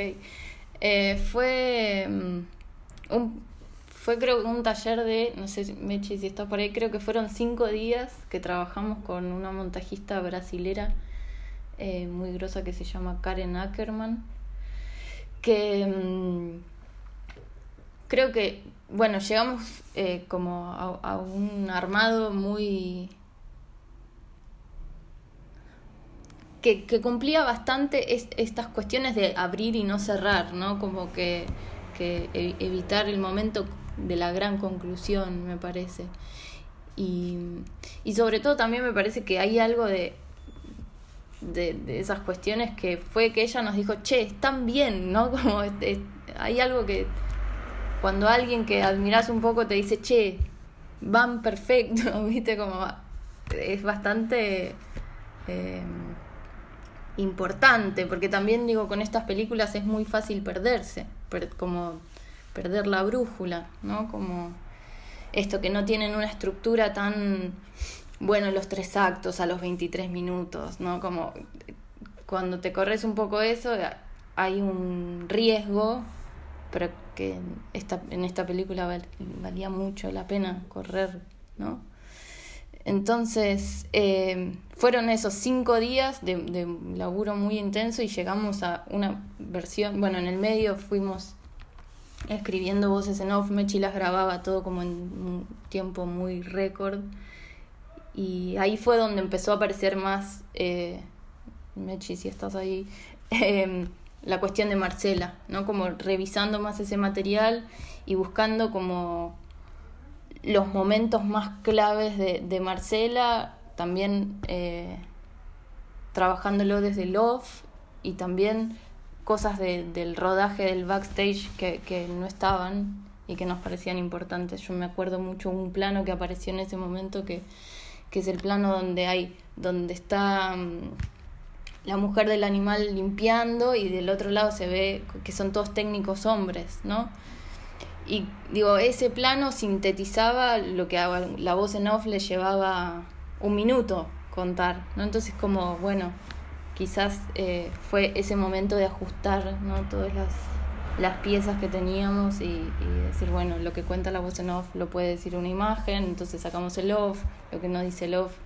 Fue fue creo que un taller de, no sé, Mechi, si está por ahí, creo que fueron 5 días que trabajamos con una montajista brasilera muy grosa que se llama Karen Ackerman, que creo que, bueno, llegamos como a un armado muy que cumplía bastante estas cuestiones de abrir y no cerrar, ¿no? Como que evitar el momento de la gran conclusión, me parece. Y sobre todo también me parece que hay algo de esas cuestiones que fue que ella nos dijo, che, están bien, ¿no? Como hay algo que cuando alguien que admirás un poco te dice, che, van perfecto, ¿viste? Como es bastante importante, porque también digo, con estas películas es muy fácil perderse, como perder la brújula, ¿no? Como esto que no tienen una estructura tan, bueno, los 3 actos a los 23 minutos, ¿no? Como cuando te corres un poco eso, hay un riesgo, pero que en esta película valía mucho la pena correr, ¿no? Entonces fueron esos 5 días de laburo muy intenso y llegamos a una versión, bueno, en el medio fuimos escribiendo voces en off, Mechi las grababa todo como en un tiempo muy récord y ahí fue donde empezó a aparecer más, Mechi, si estás ahí, la cuestión de Marcela, ¿no? Como revisando más ese material y buscando como los momentos más claves de Marcela, también trabajándolo desde el off y también cosas del rodaje del backstage que no estaban y que nos parecían importantes. Yo me acuerdo mucho un plano que apareció en ese momento que es el plano donde está la mujer del animal limpiando y del otro lado se ve que son todos técnicos hombres, ¿no? Y digo, ese plano sintetizaba lo que a la voz en off le llevaba 1 minuto contar, ¿no? Entonces como, bueno, quizás fue ese momento de ajustar, ¿no? Todas las piezas que teníamos y decir, bueno, lo que cuenta la voz en off lo puede decir una imagen, entonces sacamos el off, lo que no dice el off,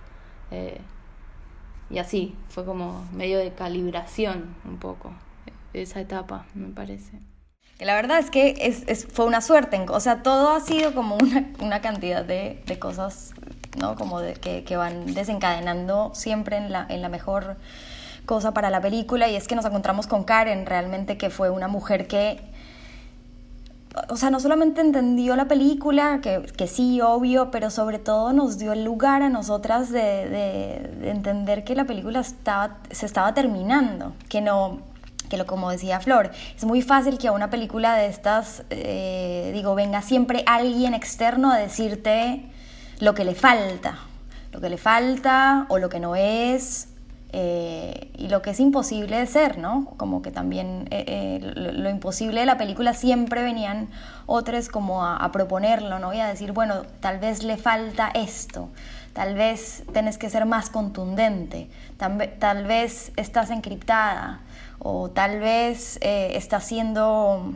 y así, fue como medio de calibración un poco esa etapa, me parece. La verdad es que fue una suerte, o sea, todo ha sido como una cantidad de cosas ¿no? Como que van desencadenando siempre en la mejor cosa para la película, y es que nos encontramos con Karen realmente, que fue una mujer que, o sea, no solamente entendió la película, que sí, obvio, pero sobre todo nos dio el lugar a nosotras de entender que la película se estaba terminando, que no, como decía Flor, es muy fácil que a una película de estas, venga siempre alguien externo a decirte lo que le falta o lo que no es, y lo que es imposible de ser, ¿no? Como que también lo imposible de la película siempre venían otros como a proponerlo, ¿no? Y a decir, bueno, tal vez le falta esto, tal vez tenés que ser más contundente, tal vez estás encriptada, o tal vez está siendo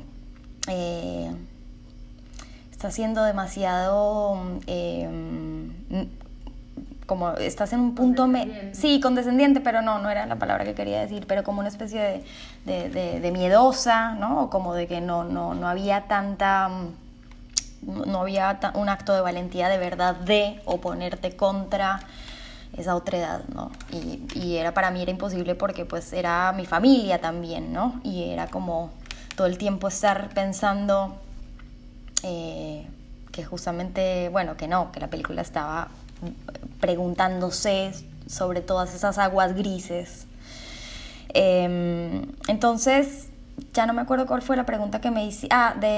demasiado, como estás en un punto sí, condescendiente, pero no era la palabra que quería decir, pero como una especie de miedosa, ¿no? O como de que no había tanta, no había un acto de valentía de verdad de oponerte contra esa otredad, ¿no? Y para mí era imposible, porque pues era mi familia también, ¿no? Y era como todo el tiempo estar pensando que justamente, bueno, que la película estaba preguntándose sobre todas esas aguas grises. Entonces, ya no me acuerdo cuál fue la pregunta que me hiciste.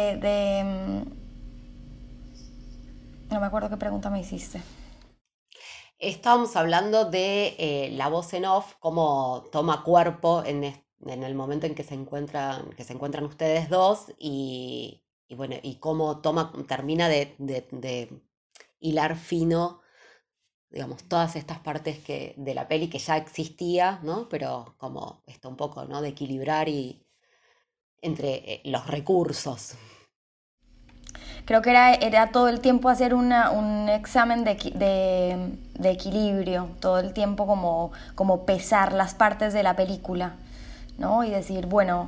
No me acuerdo qué pregunta me hiciste. Estábamos hablando de la voz en off, cómo toma cuerpo en el momento en que se encuentran ustedes dos, y bueno, y cómo termina de hilar fino, digamos, todas estas partes de la peli que ya existía, ¿no? Pero como está un poco, ¿no? De equilibrar entre los recursos. Creo que era todo el tiempo hacer un examen de equilibrio, todo el tiempo como pesar las partes de la película, ¿no? Y decir, bueno,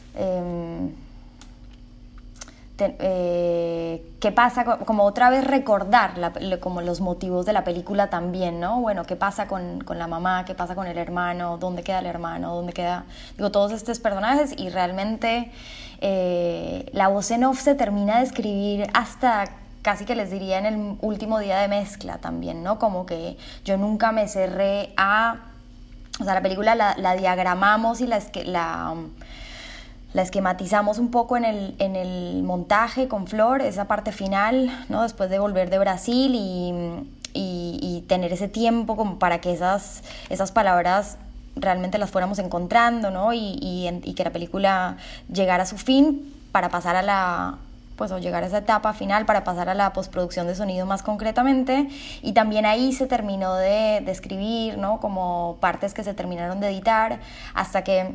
qué pasa, como otra vez recordar como los motivos de la película también, ¿no? Bueno, qué pasa con la mamá, qué pasa con el hermano, dónde queda el hermano, dónde queda, todos estos personajes. Y realmente la voz en off se termina de escribir hasta casi que les diría en el último día de mezcla también, ¿no? Como que yo nunca me cerré o sea, la película la diagramamos y la esquematizamos un poco en el montaje con Flor, esa parte final, ¿no? Después de volver de Brasil y tener ese tiempo como para que esas palabras realmente las fuéramos encontrando, ¿no? Y que la película llegara a su fin para pasar o llegar a esa etapa final para pasar a la postproducción de sonido más concretamente. Y también ahí se terminó de escribir, ¿no? Como partes que se terminaron de editar, hasta que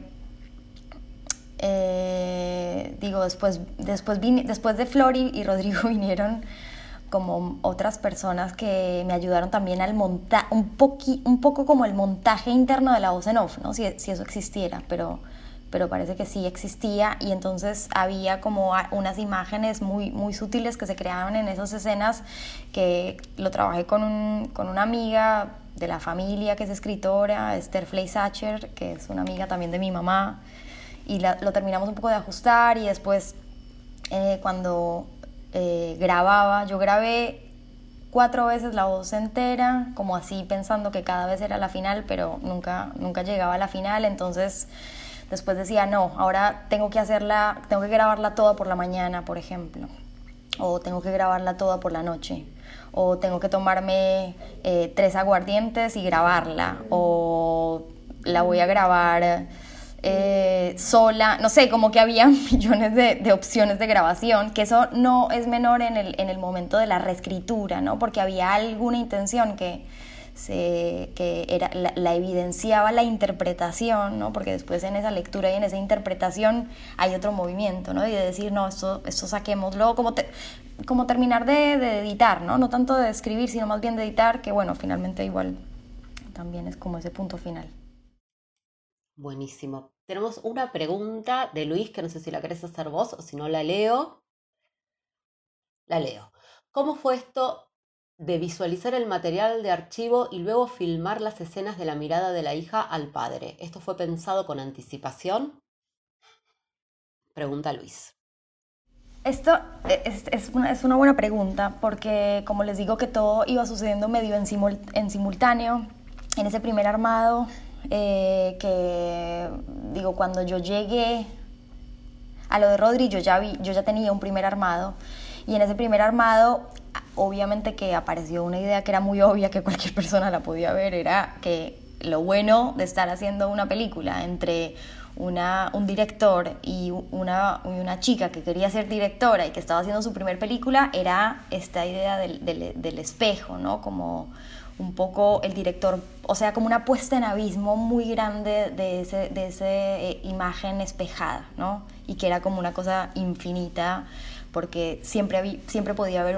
después de Flor y Rodrigo vinieron como otras personas que me ayudaron también al montar un poco como el montaje interno de la voz en off, ¿no? Si eso existiera, pero parece que sí existía. Y entonces había como unas imágenes muy, muy sutiles que se creaban en esas escenas, que lo trabajé con una amiga de la familia que es escritora, Esther Fleisacher, que es una amiga también de mi mamá, y lo terminamos un poco de ajustar. Y después cuando grababa, yo grabé 4 veces la voz entera, como así pensando que cada vez era la final, pero nunca llegaba a la final. Entonces después decía, no, ahora tengo que grabarla toda por la mañana, por ejemplo, o tengo que grabarla toda por la noche, o tengo que tomarme 3 aguardientes y grabarla, o la voy a grabar sola, no sé, como que había millones de opciones de grabación, que eso no es menor en el momento de la reescritura, ¿no? Porque había alguna intención que la evidenciaba la interpretación, ¿no? Porque después en esa lectura y en esa interpretación hay otro movimiento, ¿no? Y de decir, no, esto saquémoslo, como terminar de editar, ¿no? No tanto de escribir, sino más bien de editar, que bueno, finalmente igual también es como ese punto final. Buenísimo. Tenemos una pregunta de Luis, que no sé si la querés hacer vos o si no la leo. La leo. ¿Cómo fue esto de visualizar el material de archivo y luego filmar las escenas de la mirada de la hija al padre. ¿Esto fue pensado con anticipación? Pregunta Luis. Esto es una buena pregunta porque como les digo que todo iba sucediendo medio en simultáneo, en ese primer armado, que digo, cuando yo llegué a lo de Rodri, yo ya tenía un primer armado y en ese primer armado obviamente que apareció una idea que era muy obvia, que cualquier persona la podía ver, era que lo bueno de estar haciendo una película entre un director y una chica que quería ser directora y que estaba haciendo su primer película era esta idea del espejo, ¿no? Como un poco el director, o sea, como una puesta en abismo muy grande de esa imagen espejada, ¿no? Y que era como una cosa infinita, porque siempre podía haber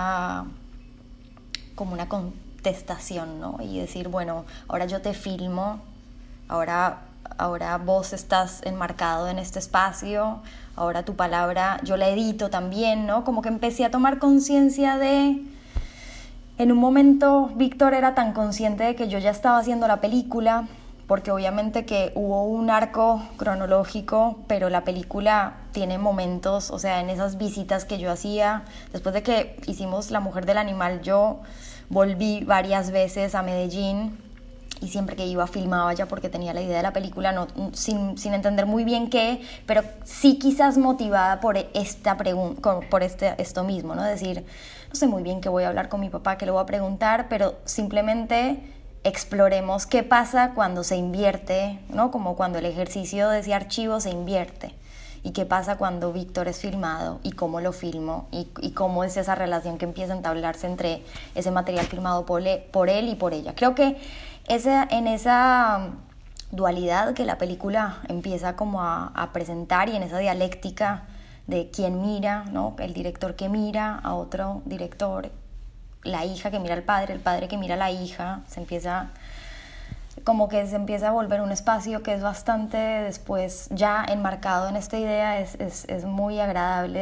como una contestación, ¿no? Y decir, bueno, ahora yo te filmo, ahora vos estás enmarcado en este espacio, ahora tu palabra yo la edito también, ¿no? Como que empecé a tomar conciencia de... En un momento Víctor era tan consciente de que yo ya estaba haciendo la película, porque obviamente que hubo un arco cronológico, pero la película tiene momentos, o sea, en esas visitas que yo hacía, después de que hicimos La Mujer del Animal, yo volví varias veces a Medellín y siempre que iba filmaba ya porque tenía la idea de la película, no, sin entender muy bien qué, pero sí quizás motivada por esta pregunta, por esto mismo, ¿no? Es decir, no sé muy bien qué voy a hablar con mi papá, qué le voy a preguntar, pero simplemente exploremos qué pasa cuando se invierte, ¿no? Como cuando el ejercicio de ese archivo se invierte. Y qué pasa cuando Víctor es filmado y cómo lo filmo y cómo es esa relación que empieza a entablarse entre ese material filmado por él y por ella. Creo que en esa dualidad que la película empieza como a presentar y en esa dialéctica de quién mira, ¿no? El director que mira a otro director, la hija que mira al padre, el padre que mira a la hija, como que se empieza a volver un espacio que es bastante después ya enmarcado en esta idea, es muy agradable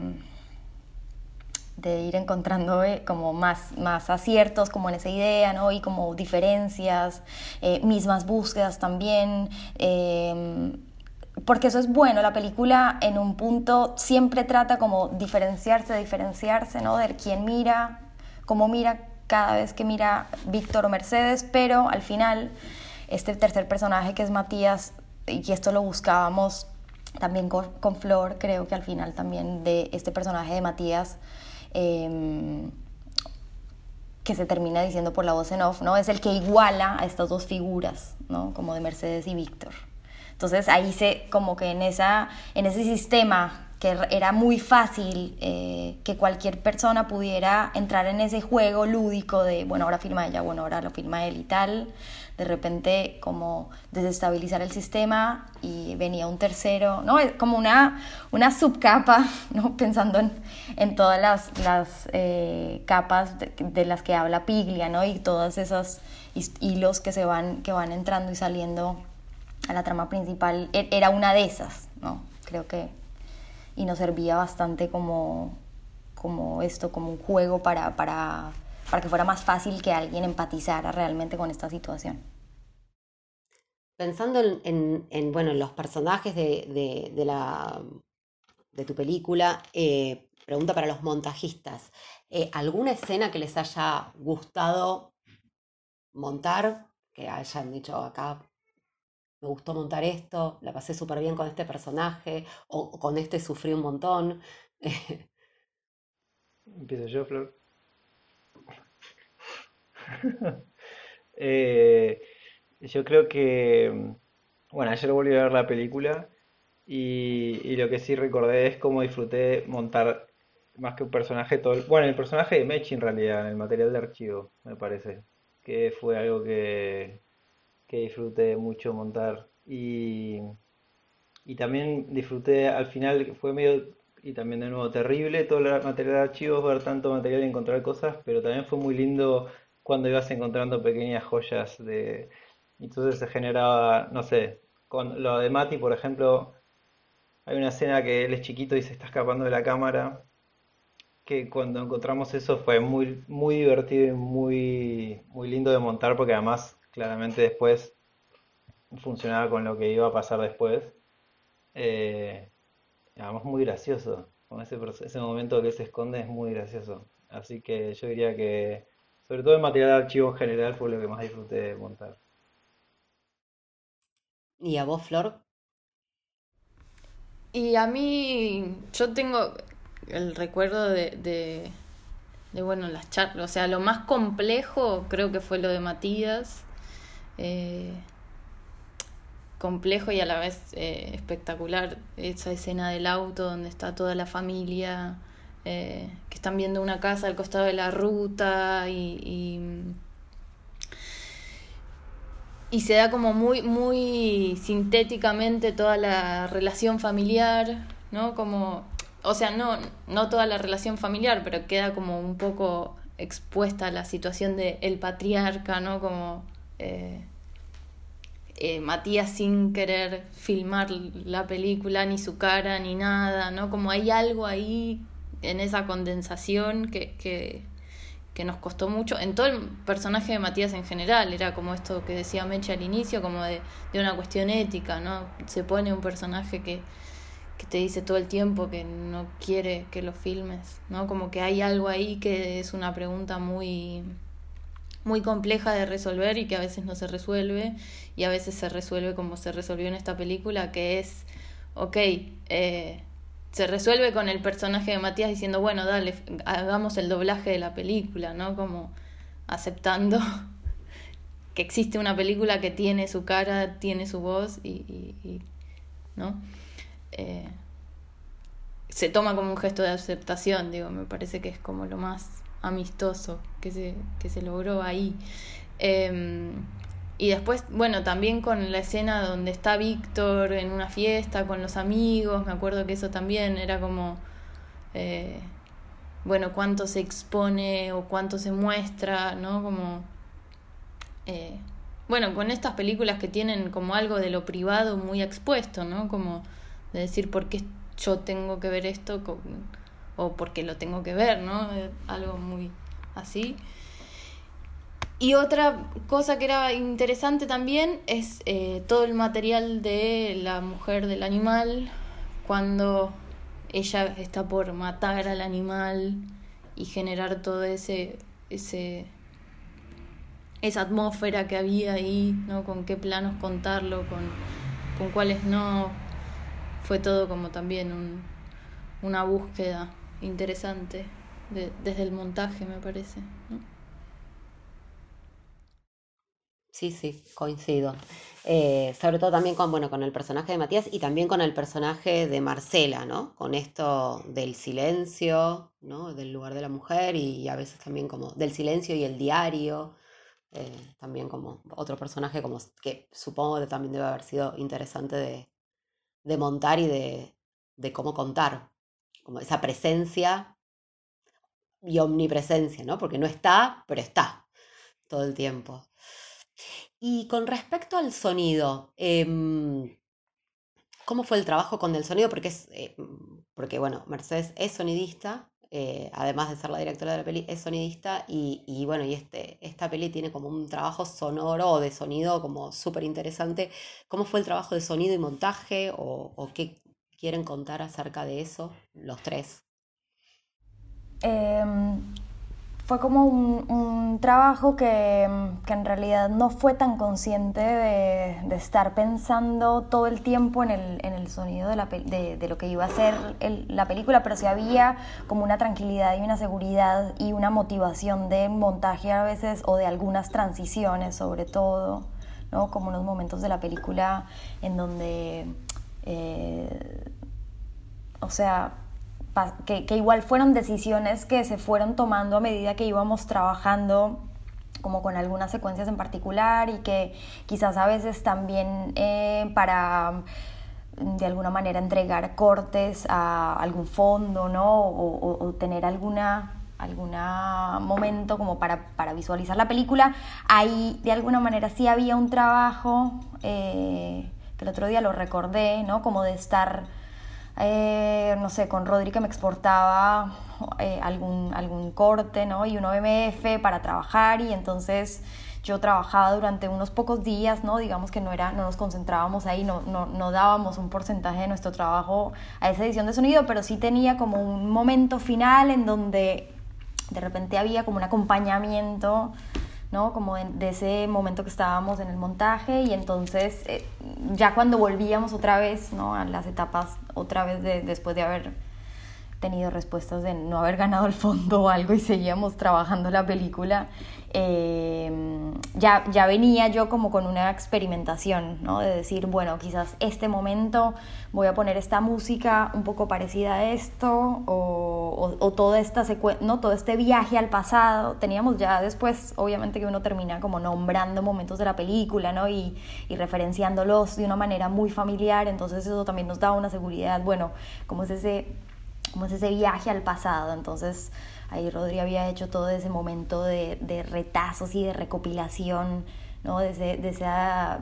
de ir encontrando como más aciertos como en esa idea, ¿no? Y como diferencias, mismas búsquedas también, porque eso es bueno, la película en un punto siempre trata como diferenciarse, ¿no? De quién mira, cómo mira cada vez que mira Víctor o Mercedes, pero al final este tercer personaje que es Matías, y esto lo buscábamos también con Flor, creo que al final también de este personaje de Matías, que se termina diciendo por la voz en off, ¿no? Es el que iguala a estas dos figuras, ¿no? Como de Mercedes y Víctor. Entonces ahí como que en ese sistema que era muy fácil que cualquier persona pudiera entrar en ese juego lúdico de, bueno, ahora firma ella, bueno, ahora lo firma él y tal, de repente como desestabilizar el sistema y venía un tercero, ¿no? Es como una subcapa, ¿no? Pensando en todas las capas de las que habla Piglia, ¿no? Y todas esas hilos que van entrando y saliendo a la trama principal, era una de esas, ¿no? Creo que, y nos servía bastante como como un juego para que fuera más fácil que alguien empatizara realmente con esta situación. Pensando bueno, en los personajes de tu película, pregunta para los montajistas. ¿Alguna escena que les haya gustado montar? Que hayan dicho acá, me gustó montar esto, la pasé súper bien con este personaje, o con este sufrí un montón. Empiezo yo, Flor. Eh, yo creo que, bueno, ayer volví a ver la película y lo que sí recordé es cómo disfruté montar más que un personaje todo bueno, el personaje de Mechi en realidad, en el material de archivo, me parece, que fue algo que disfruté mucho montar y también disfruté al final, que fue medio, y también de nuevo terrible todo el material de archivos, ver tanto material y encontrar cosas, pero también fue muy lindo cuando ibas encontrando pequeñas joyas de... Entonces se generaba, no sé, con lo de Mati, por ejemplo, hay una escena que él es chiquito y se está escapando de la cámara que cuando encontramos eso fue muy, muy divertido y muy, muy lindo de montar porque además claramente después funcionaba con lo que iba a pasar después. Eh, Además muy gracioso. Con ese momento que se esconde es muy gracioso. Así que yo diría que, sobre todo el material de archivo en general, fue lo que más disfruté de montar. ¿Y a vos, Flor? Y a mí, yo tengo el recuerdo bueno, las charlas, o sea, lo más complejo creo que fue lo de Matías. Eh, Complejo y a la vez espectacular, esa escena del auto donde está toda la familia, que están viendo una casa al costado de la ruta y se da como muy, muy sintéticamente toda la relación familiar, ¿no? Como, o sea, no toda la relación familiar, pero queda como un poco expuesta a la situación de el patriarca, ¿no? Como Matías sin querer filmar la película, ni su cara, ni nada, ¿no? Como hay algo ahí en esa condensación que nos costó mucho, en todo el personaje de Matías en general, era como esto que decía Meche al inicio, como de una cuestión ética, ¿no? Se pone un personaje que te dice todo el tiempo que no quiere que lo filmes, ¿no? Como que hay algo ahí que es una pregunta muy, muy compleja de resolver y que a veces no se resuelve y a veces se resuelve como se resolvió en esta película, que es, ok, se resuelve con el personaje de Matías diciendo, bueno, dale, hagamos el doblaje de la película, ¿no? Como aceptando que existe una película que tiene su cara, tiene su voz ¿no? Eh, Se toma como un gesto de aceptación, digo, me parece que es como lo más amistoso que se logró ahí. Eh, y después, bueno, también con la escena donde está Víctor en una fiesta con los amigos, me acuerdo que eso también era como, eh, bueno, cuánto se expone o cuánto se muestra, ¿no? Como, eh, bueno, con estas películas que tienen como algo de lo privado muy expuesto, ¿no? Como de decir por qué yo tengo que ver esto o por qué lo tengo que ver, ¿no? Algo muy así. Y otra cosa que era interesante también es todo el material de la mujer del animal, cuando ella está por matar al animal y generar todo esa atmósfera que había ahí, ¿no? Con qué planos contarlo, con cuáles no. Fue todo como también una búsqueda interesante desde el montaje, me parece, ¿no? Sí, sí, coincido. Sobre todo también con, bueno, con el personaje de Matías y también con el personaje de Marcela, ¿no? Con esto del silencio, ¿no? Del lugar de la mujer y a veces también como del silencio y el diario. También como otro personaje como que supongo que también debe haber sido interesante de montar y de cómo contar. Como esa presencia y omnipresencia, ¿no? Porque no está, pero está todo el tiempo. Y con respecto al sonido, ¿cómo fue el trabajo con el sonido? Porque bueno, Mercedes es sonidista, además de ser la directora de la peli, es sonidista y bueno, esta peli tiene como un trabajo sonoro o de sonido como súper interesante. ¿Cómo fue el trabajo de sonido y montaje o qué quieren contar acerca de eso los tres? Fue como un trabajo que en realidad no fue tan consciente de estar pensando todo el tiempo en el sonido de lo que iba a ser la película, pero sí había como una tranquilidad y una seguridad y una motivación de montaje a veces o de algunas transiciones sobre todo, ¿no? Como unos momentos de la película en donde, o sea, que igual fueron decisiones que se fueron tomando a medida que íbamos trabajando, como con algunas secuencias en particular y que quizás a veces también para de alguna manera entregar cortes a algún fondo, ¿no? O tener algún momento como para visualizar la película. Ahí de alguna manera sí había un trabajo que el otro día lo recordé, ¿no? Como de estar no sé, con Rodri que me exportaba algún corte, ¿no? Y un OMF para trabajar, y entonces yo trabajaba durante unos pocos días, ¿no? Digamos que no nos concentrábamos ahí, no dábamos un porcentaje de nuestro trabajo a esa edición de sonido, pero sí tenía como un momento final en donde de repente había como un acompañamiento, ¿no? Como de ese momento que estábamos en el montaje, y entonces ya cuando volvíamos otra vez, ¿no? A las etapas otra vez después de haber tenido respuestas de no haber ganado el fondo o algo y seguíamos trabajando la película, ya venía yo como con una experimentación, ¿no? De decir, bueno, quizás este momento voy a poner esta música un poco parecida a esto, o toda esta ¿no? Todo este viaje al pasado. Teníamos ya después, obviamente, que uno termina como nombrando momentos de la película, ¿no? Y referenciándolos de una manera muy familiar, entonces eso también nos da una seguridad, bueno, ¿cómo es ese viaje al pasado? Entonces ahí Rodri había hecho todo ese momento de retazos y de recopilación, ¿no? De esa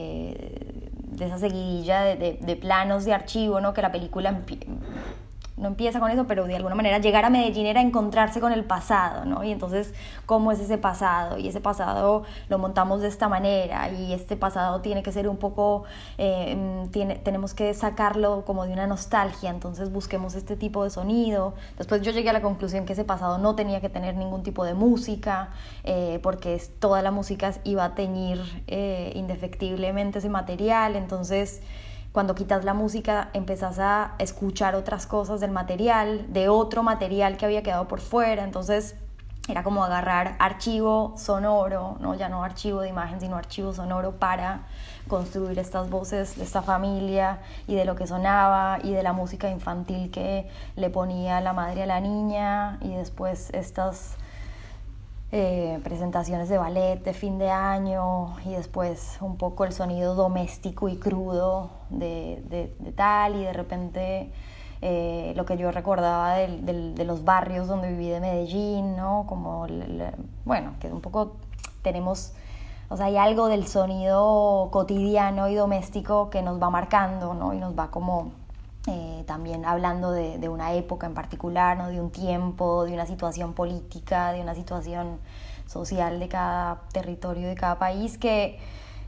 seguidilla de planos de archivo, ¿no? Que la película no empieza con eso, pero de alguna manera llegar a Medellín era encontrarse con el pasado, ¿no? Y entonces, ¿cómo es ese pasado? Y ese pasado lo montamos de esta manera, y este pasado tiene que ser un poco, tenemos que sacarlo como de una nostalgia, entonces busquemos este tipo de sonido. Después yo llegué a la conclusión que ese pasado no tenía que tener ningún tipo de música, porque toda la música iba a teñir indefectiblemente ese material. Entonces, cuando quitas la música, empezás a escuchar otras cosas del material, de otro material que había quedado por fuera. Entonces era como agarrar archivo sonoro, ¿no? Ya no archivo de imagen, sino archivo sonoro, para construir estas voces de esta familia y de lo que sonaba y de la música infantil que le ponía la madre a la niña, y después estas presentaciones de ballet de fin de año, y después un poco el sonido doméstico y crudo de tal, y de repente lo que yo recordaba de los barrios donde viví de Medellín, ¿no? Como, bueno, que un poco tenemos, o sea, hay algo del sonido cotidiano y doméstico que nos va marcando, ¿no? Y nos va como también hablando de una época en particular, ¿no? De un tiempo, de una situación política, de una situación social de cada territorio, de cada país, que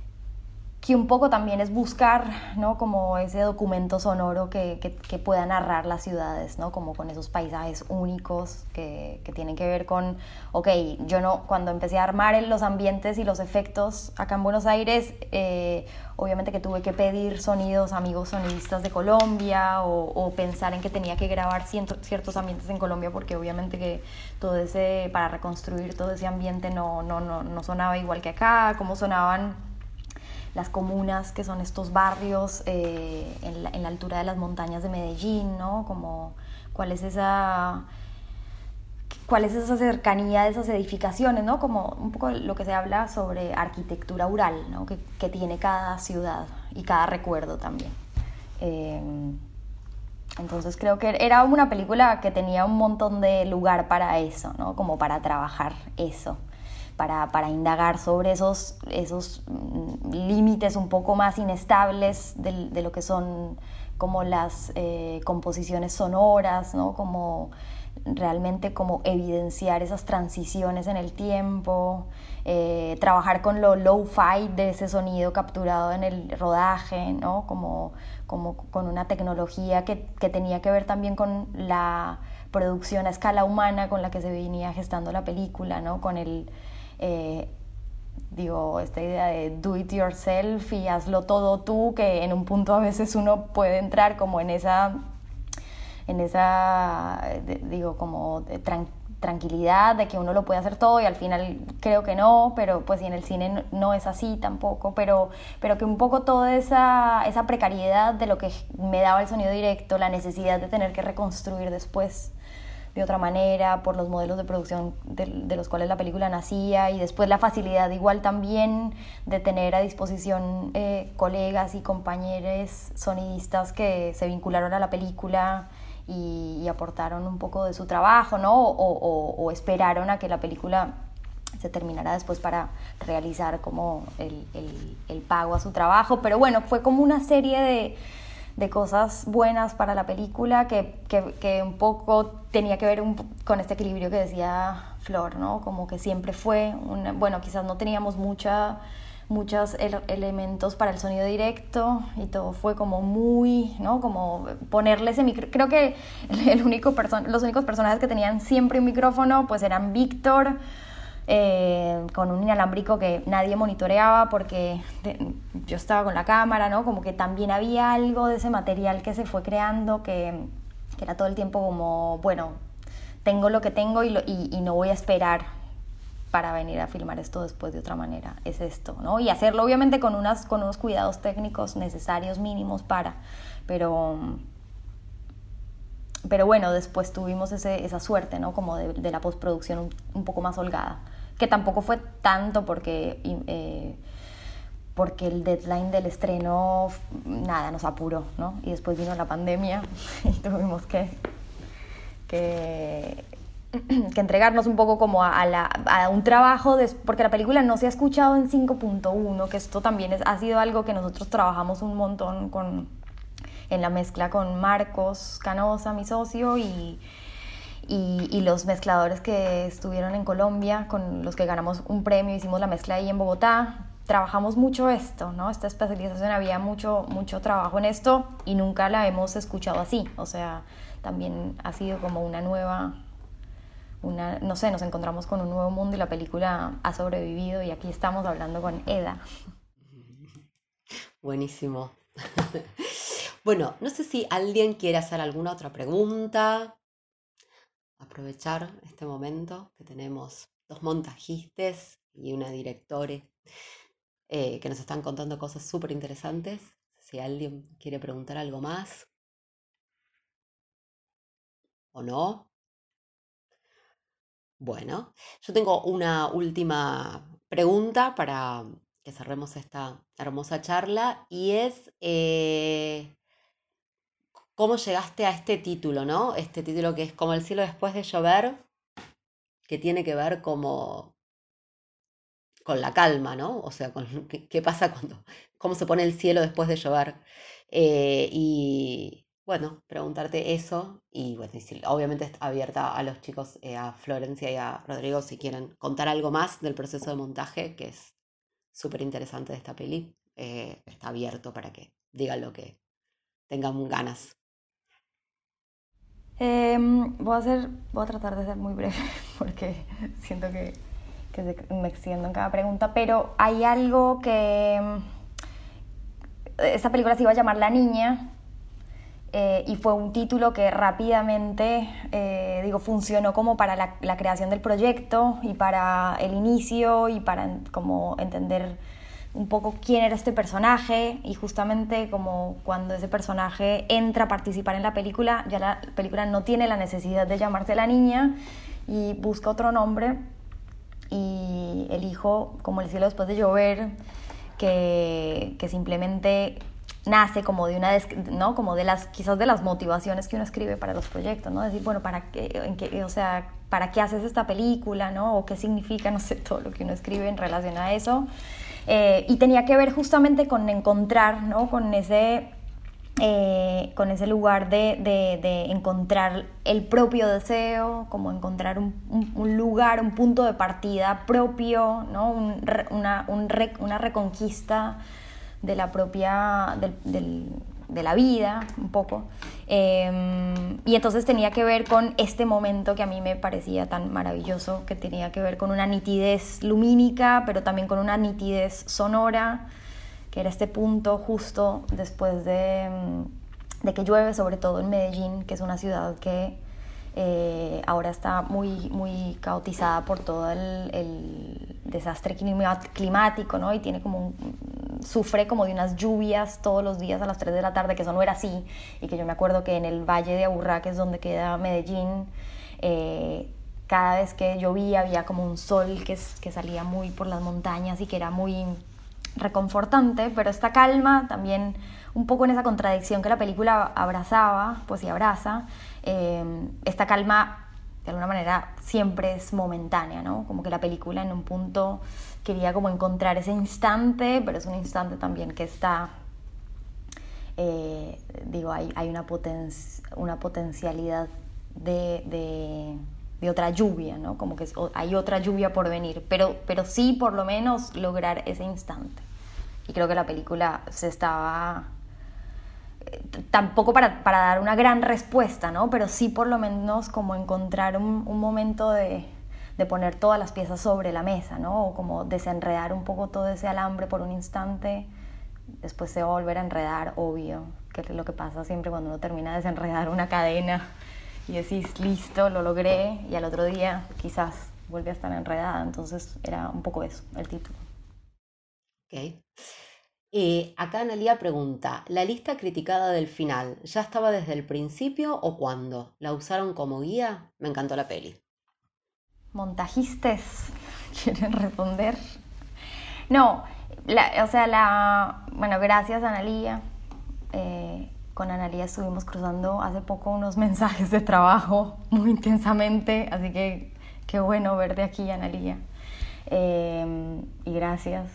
un poco también es buscar, ¿no? Como ese documento sonoro que pueda narrar las ciudades, ¿no? Como con esos paisajes únicos que tienen que ver con, ok, cuando empecé a armar los ambientes y los efectos acá en Buenos Aires, obviamente que tuve que pedir sonidos a amigos sonidistas de Colombia, o pensar en que tenía que grabar ciertos ambientes en Colombia, porque obviamente que para reconstruir todo ese ambiente no sonaba igual que acá, como sonaban las comunas, que son estos barrios en la altura de las montañas de Medellín, ¿no? Como cuál es esa cercanía de esas edificaciones, ¿no? Como un poco lo que se habla sobre arquitectura oral, ¿no? Que tiene cada ciudad y cada recuerdo también. Entonces creo que era una película que tenía un montón de lugar para eso, ¿no? Como para trabajar eso, para indagar sobre esos límites un poco más inestables de lo que son como las composiciones sonoras, ¿no? Como realmente como evidenciar esas transiciones en el tiempo, trabajar con lo low-fi de ese sonido capturado en el rodaje, ¿no? Como con una tecnología que tenía que ver también con la producción a escala humana con la que se venía gestando la película, ¿no? Con esta idea de do it yourself y hazlo todo tú, que en un punto a veces uno puede entrar como en esa tranquilidad de que uno lo puede hacer todo, y al final creo que no, pero pues, y en el cine no es así tampoco, pero que un poco toda esa precariedad de lo que me daba el sonido directo, la necesidad de tener que reconstruir después de otra manera por los modelos de producción de los cuales la película nacía, y después la facilidad igual también de tener a disposición colegas y compañeros sonidistas que se vincularon a la película y aportaron un poco de su trabajo, ¿no? O esperaron a que la película se terminara después para realizar como el pago a su trabajo. Pero bueno, fue como una serie de cosas buenas para la película que un poco tenía que ver con este equilibrio que decía Flor, ¿no? Como que siempre fue, bueno, quizás no teníamos muchos elementos para el sonido directo y todo fue como muy, ¿no? Como ponerle ese micrófono. Creo que los únicos personajes que tenían siempre un micrófono pues eran Víctor, con un inalámbrico que nadie monitoreaba porque yo estaba con la cámara, ¿no? Como que también había algo de ese material que se fue creando que era todo el tiempo como, bueno, tengo lo que tengo y no voy a esperar para venir a filmar esto después de otra manera, es esto, ¿no? Y hacerlo obviamente con unos cuidados técnicos necesarios, mínimos pero bueno, después tuvimos esa suerte, ¿no? Como de la postproducción un poco más holgada, que tampoco fue tanto porque el deadline del estreno, nada, nos apuró, ¿no? Y después vino la pandemia y tuvimos que entregarnos un poco como a un trabajo, porque la película no se ha escuchado en 5.1, que esto también ha sido algo que nosotros trabajamos un montón en la mezcla con Marcos Canosa, mi socio, y los mezcladores que estuvieron en Colombia, con los que ganamos un premio, hicimos la mezcla ahí en Bogotá. Trabajamos mucho esto, ¿no? Esta especialización, había mucho trabajo en esto y nunca la hemos escuchado así. O sea, también ha sido como una nueva, no sé, nos encontramos con un nuevo mundo y la película ha sobrevivido y aquí estamos hablando con Eda. Buenísimo. Bueno, no sé si alguien quiere hacer alguna otra pregunta. Aprovechar este momento que tenemos 2 montajistas y una directora que nos están contando cosas súper interesantes. Si alguien quiere preguntar algo más o no. Bueno, yo tengo una última pregunta para que cerremos esta hermosa charla y es ¿cómo llegaste a este título, ¿no? Este título que es Como el cielo después de llover, que tiene que ver como con la calma, ¿no? O sea, qué pasa cómo se pone el cielo después de llover. Y bueno, preguntarte eso y bueno, obviamente está abierta a los chicos, a Florencia y a Rodrigo, si quieren contar algo más del proceso de montaje, que es súper interesante de esta peli. Está abierto para que digan lo que tengan ganas. Voy a tratar de ser muy breve porque siento que me extiendo en cada pregunta, pero hay algo que esta película se iba a llamar La Niña y fue un título que rápidamente funcionó como para la creación del proyecto y para el inicio y para como entender un poco quién era este personaje y justamente como cuando ese personaje entra a participar en la película, ya la película no tiene la necesidad de llamarse La Niña y busca otro nombre y elijo Como el cielo después de llover, que simplemente nace como de una, ¿no? Como de las, quizás de las motivaciones que uno escribe para los proyectos, ¿no? Decir, bueno, ¿para qué haces esta película, ¿no? O qué significa, no sé, todo lo que uno escribe en relación a eso. Y tenía que ver justamente con encontrar, ¿no? Con ese lugar de encontrar el propio deseo, como encontrar un lugar, un punto de partida propio, ¿no? Una reconquista de la propia, de la vida, un poco. Y entonces tenía que ver con este momento que a mí me parecía tan maravilloso, que tenía que ver con una nitidez lumínica, pero también con una nitidez sonora, que era este punto justo después de que llueve, sobre todo en Medellín, que es una ciudad que ahora está muy, muy caotizada por todo el desastre climático, ¿no? Y tiene como sufre como de unas lluvias todos los días a las 3 de la tarde, que eso no era así, y que yo me acuerdo que en el Valle de Aburrá, que es donde queda Medellín, cada vez que llovía había como un sol que salía muy por las montañas y que era muy reconfortante, pero esta calma también un poco en esa contradicción que la película abrazaba, pues y abraza, esta calma de alguna manera siempre es momentánea, ¿no? Como que la película en un punto quería como encontrar ese instante, pero es un instante también que está digo, hay una potencialidad de otra lluvia, ¿no? Como que hay otra lluvia por venir, pero sí por lo menos lograr ese instante. Y creo que la película se estaba... tampoco para dar una gran respuesta, ¿no? Pero sí por lo menos como encontrar un momento de poner todas las piezas sobre la mesa, ¿no? O como desenredar un poco todo ese alambre por un instante, después se va a volver a enredar, obvio, que es lo que pasa siempre cuando uno termina de desenredar una cadena y decís, listo, lo logré, y al otro día quizás vuelve a estar enredada. Entonces era un poco eso, el título. Ok. Acá Analía pregunta, ¿la lista criticada del final ya estaba desde el principio o cuándo? ¿La usaron como guía? Me encantó la peli. ¿Montajistas quieren responder? No, bueno, gracias Analía. Con Analía estuvimos cruzando hace poco unos mensajes de trabajo muy intensamente, así que qué bueno verte aquí, Analía. Y gracias.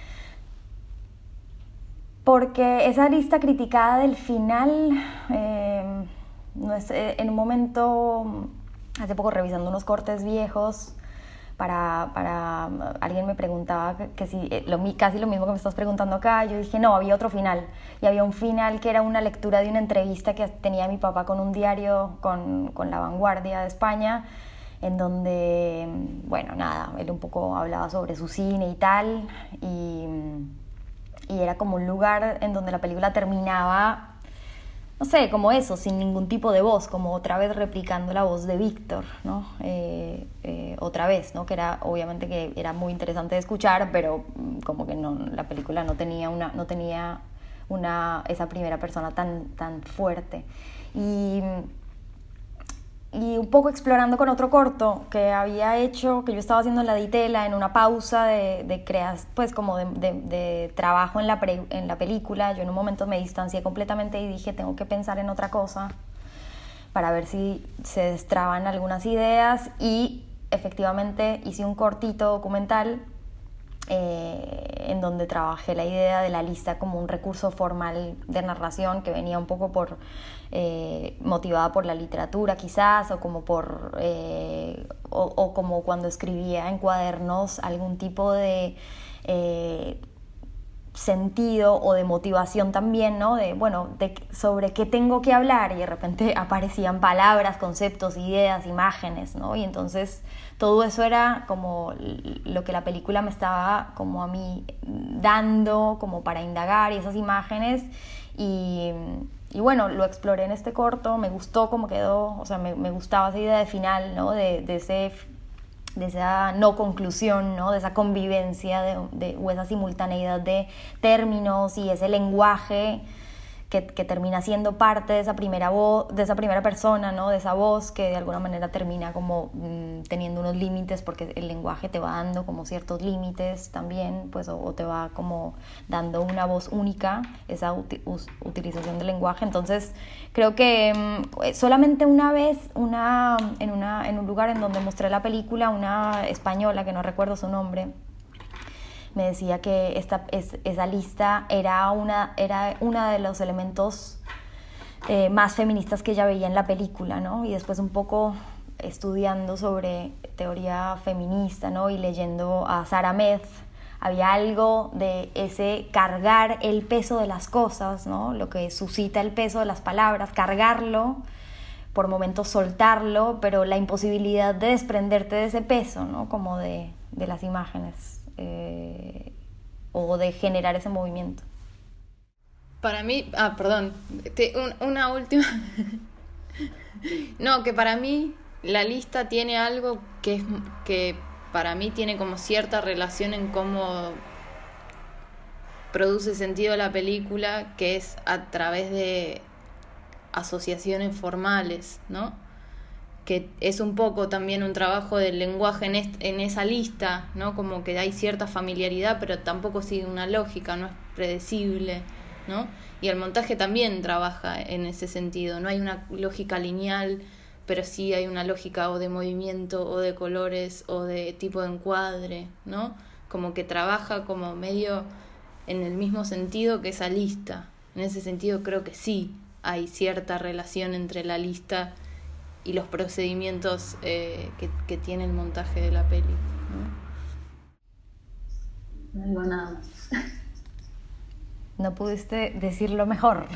Porque esa lista criticada del final, en un momento, hace poco revisando unos cortes viejos, alguien me preguntaba que si casi lo mismo que me estás preguntando acá. Yo dije no, había otro final, y había un final que era una lectura de una entrevista que tenía mi papá con un diario, con La Vanguardia de España, en donde, bueno, nada, él un poco hablaba sobre su cine y tal, y era como un lugar en donde la película terminaba, no sé, como eso, sin ningún tipo de voz, como otra vez replicando la voz de Víctor, ¿no? Otra vez, ¿no? Que era, obviamente que era muy interesante de escuchar, pero como que no, la película no tenía esa primera persona tan fuerte. Y un poco explorando con otro corto que había hecho, que yo estaba haciendo en la Ditela en una pausa de pues como de trabajo en la película. Yo en un momento me distancié completamente y dije, tengo que pensar en otra cosa para ver si se destraban algunas ideas, y efectivamente hice un cortito documental en donde trabajé la idea de la lista como un recurso formal de narración que venía un poco motivada por la literatura quizás, o como o como cuando escribía en cuadernos algún tipo de sentido o de motivación también, ¿no? Sobre qué tengo que hablar, y de repente aparecían palabras, conceptos, ideas, imágenes, ¿no? Y entonces todo eso era como lo que la película me estaba como a mí dando como para indagar, y esas imágenes, y bueno, lo exploré en este corto, me gustó cómo quedó, o sea, me gustaba esa idea de final, ¿no? De esa no conclusión, ¿no? De esa convivencia o esa simultaneidad de términos y ese lenguaje que termina siendo parte de esa primera voz, de esa primera persona, ¿no? De esa voz que de alguna manera termina como teniendo unos límites, porque el lenguaje te va dando como ciertos límites también, pues, o te va como dando una voz única, esa utilización del lenguaje. Entonces creo que solamente una vez en un lugar en donde mostré la película, una española que no recuerdo su nombre me decía que esa lista era una de los elementos más feministas que ella veía en la película, ¿no? Y después un poco estudiando sobre teoría feminista, ¿no? Y leyendo a Sara Ahmed, había algo de ese cargar el peso de las cosas, ¿no? Lo que suscita el peso de las palabras, cargarlo, por momentos soltarlo, pero la imposibilidad de desprenderte de ese peso, ¿no? Como de las imágenes. O de generar ese movimiento. Para mí, perdón, una última. No, que para mí la lista tiene algo que para mí tiene como cierta relación en cómo produce sentido la película, que es a través de asociaciones formales, ¿no? Que es un poco también un trabajo del lenguaje en esa lista, ¿no? Como que hay cierta familiaridad, pero tampoco sigue una lógica, no es predecible, ¿no? Y el montaje también trabaja en ese sentido, no hay una lógica lineal, pero sí hay una lógica o de movimiento, o de colores, o de tipo de encuadre, ¿no? Como que trabaja como medio en el mismo sentido que esa lista. en ese sentido creo que sí hay cierta relación entre la lista y los procedimientos que tiene el montaje de la peli, ¿no? No digo nada más. No pudiste decirlo mejor.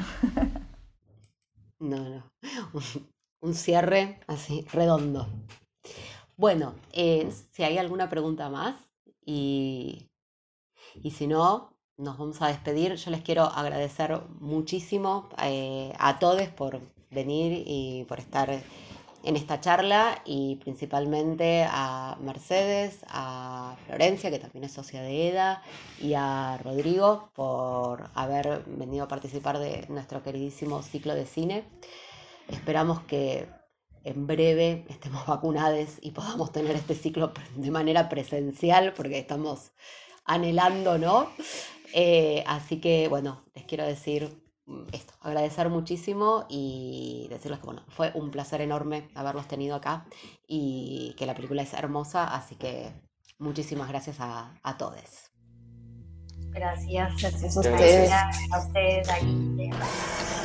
No. Un cierre así, redondo. Bueno, si hay alguna pregunta más y si no, nos vamos a despedir. Yo les quiero agradecer muchísimo a todos por venir y por estar en esta charla, y principalmente a Mercedes, a Florencia, que también es socia de EDA, y a Rodrigo por haber venido a participar de nuestro queridísimo ciclo de cine. Esperamos que en breve estemos vacunados y podamos tener este ciclo de manera presencial, porque estamos anhelando, ¿no? Así que, bueno, les quiero decir esto, agradecer muchísimo y decirles que, bueno, fue un placer enorme haberlos tenido acá y que la película es hermosa, así que muchísimas gracias a todos. Gracias. Gracias a ustedes. A ustedes, a Guille.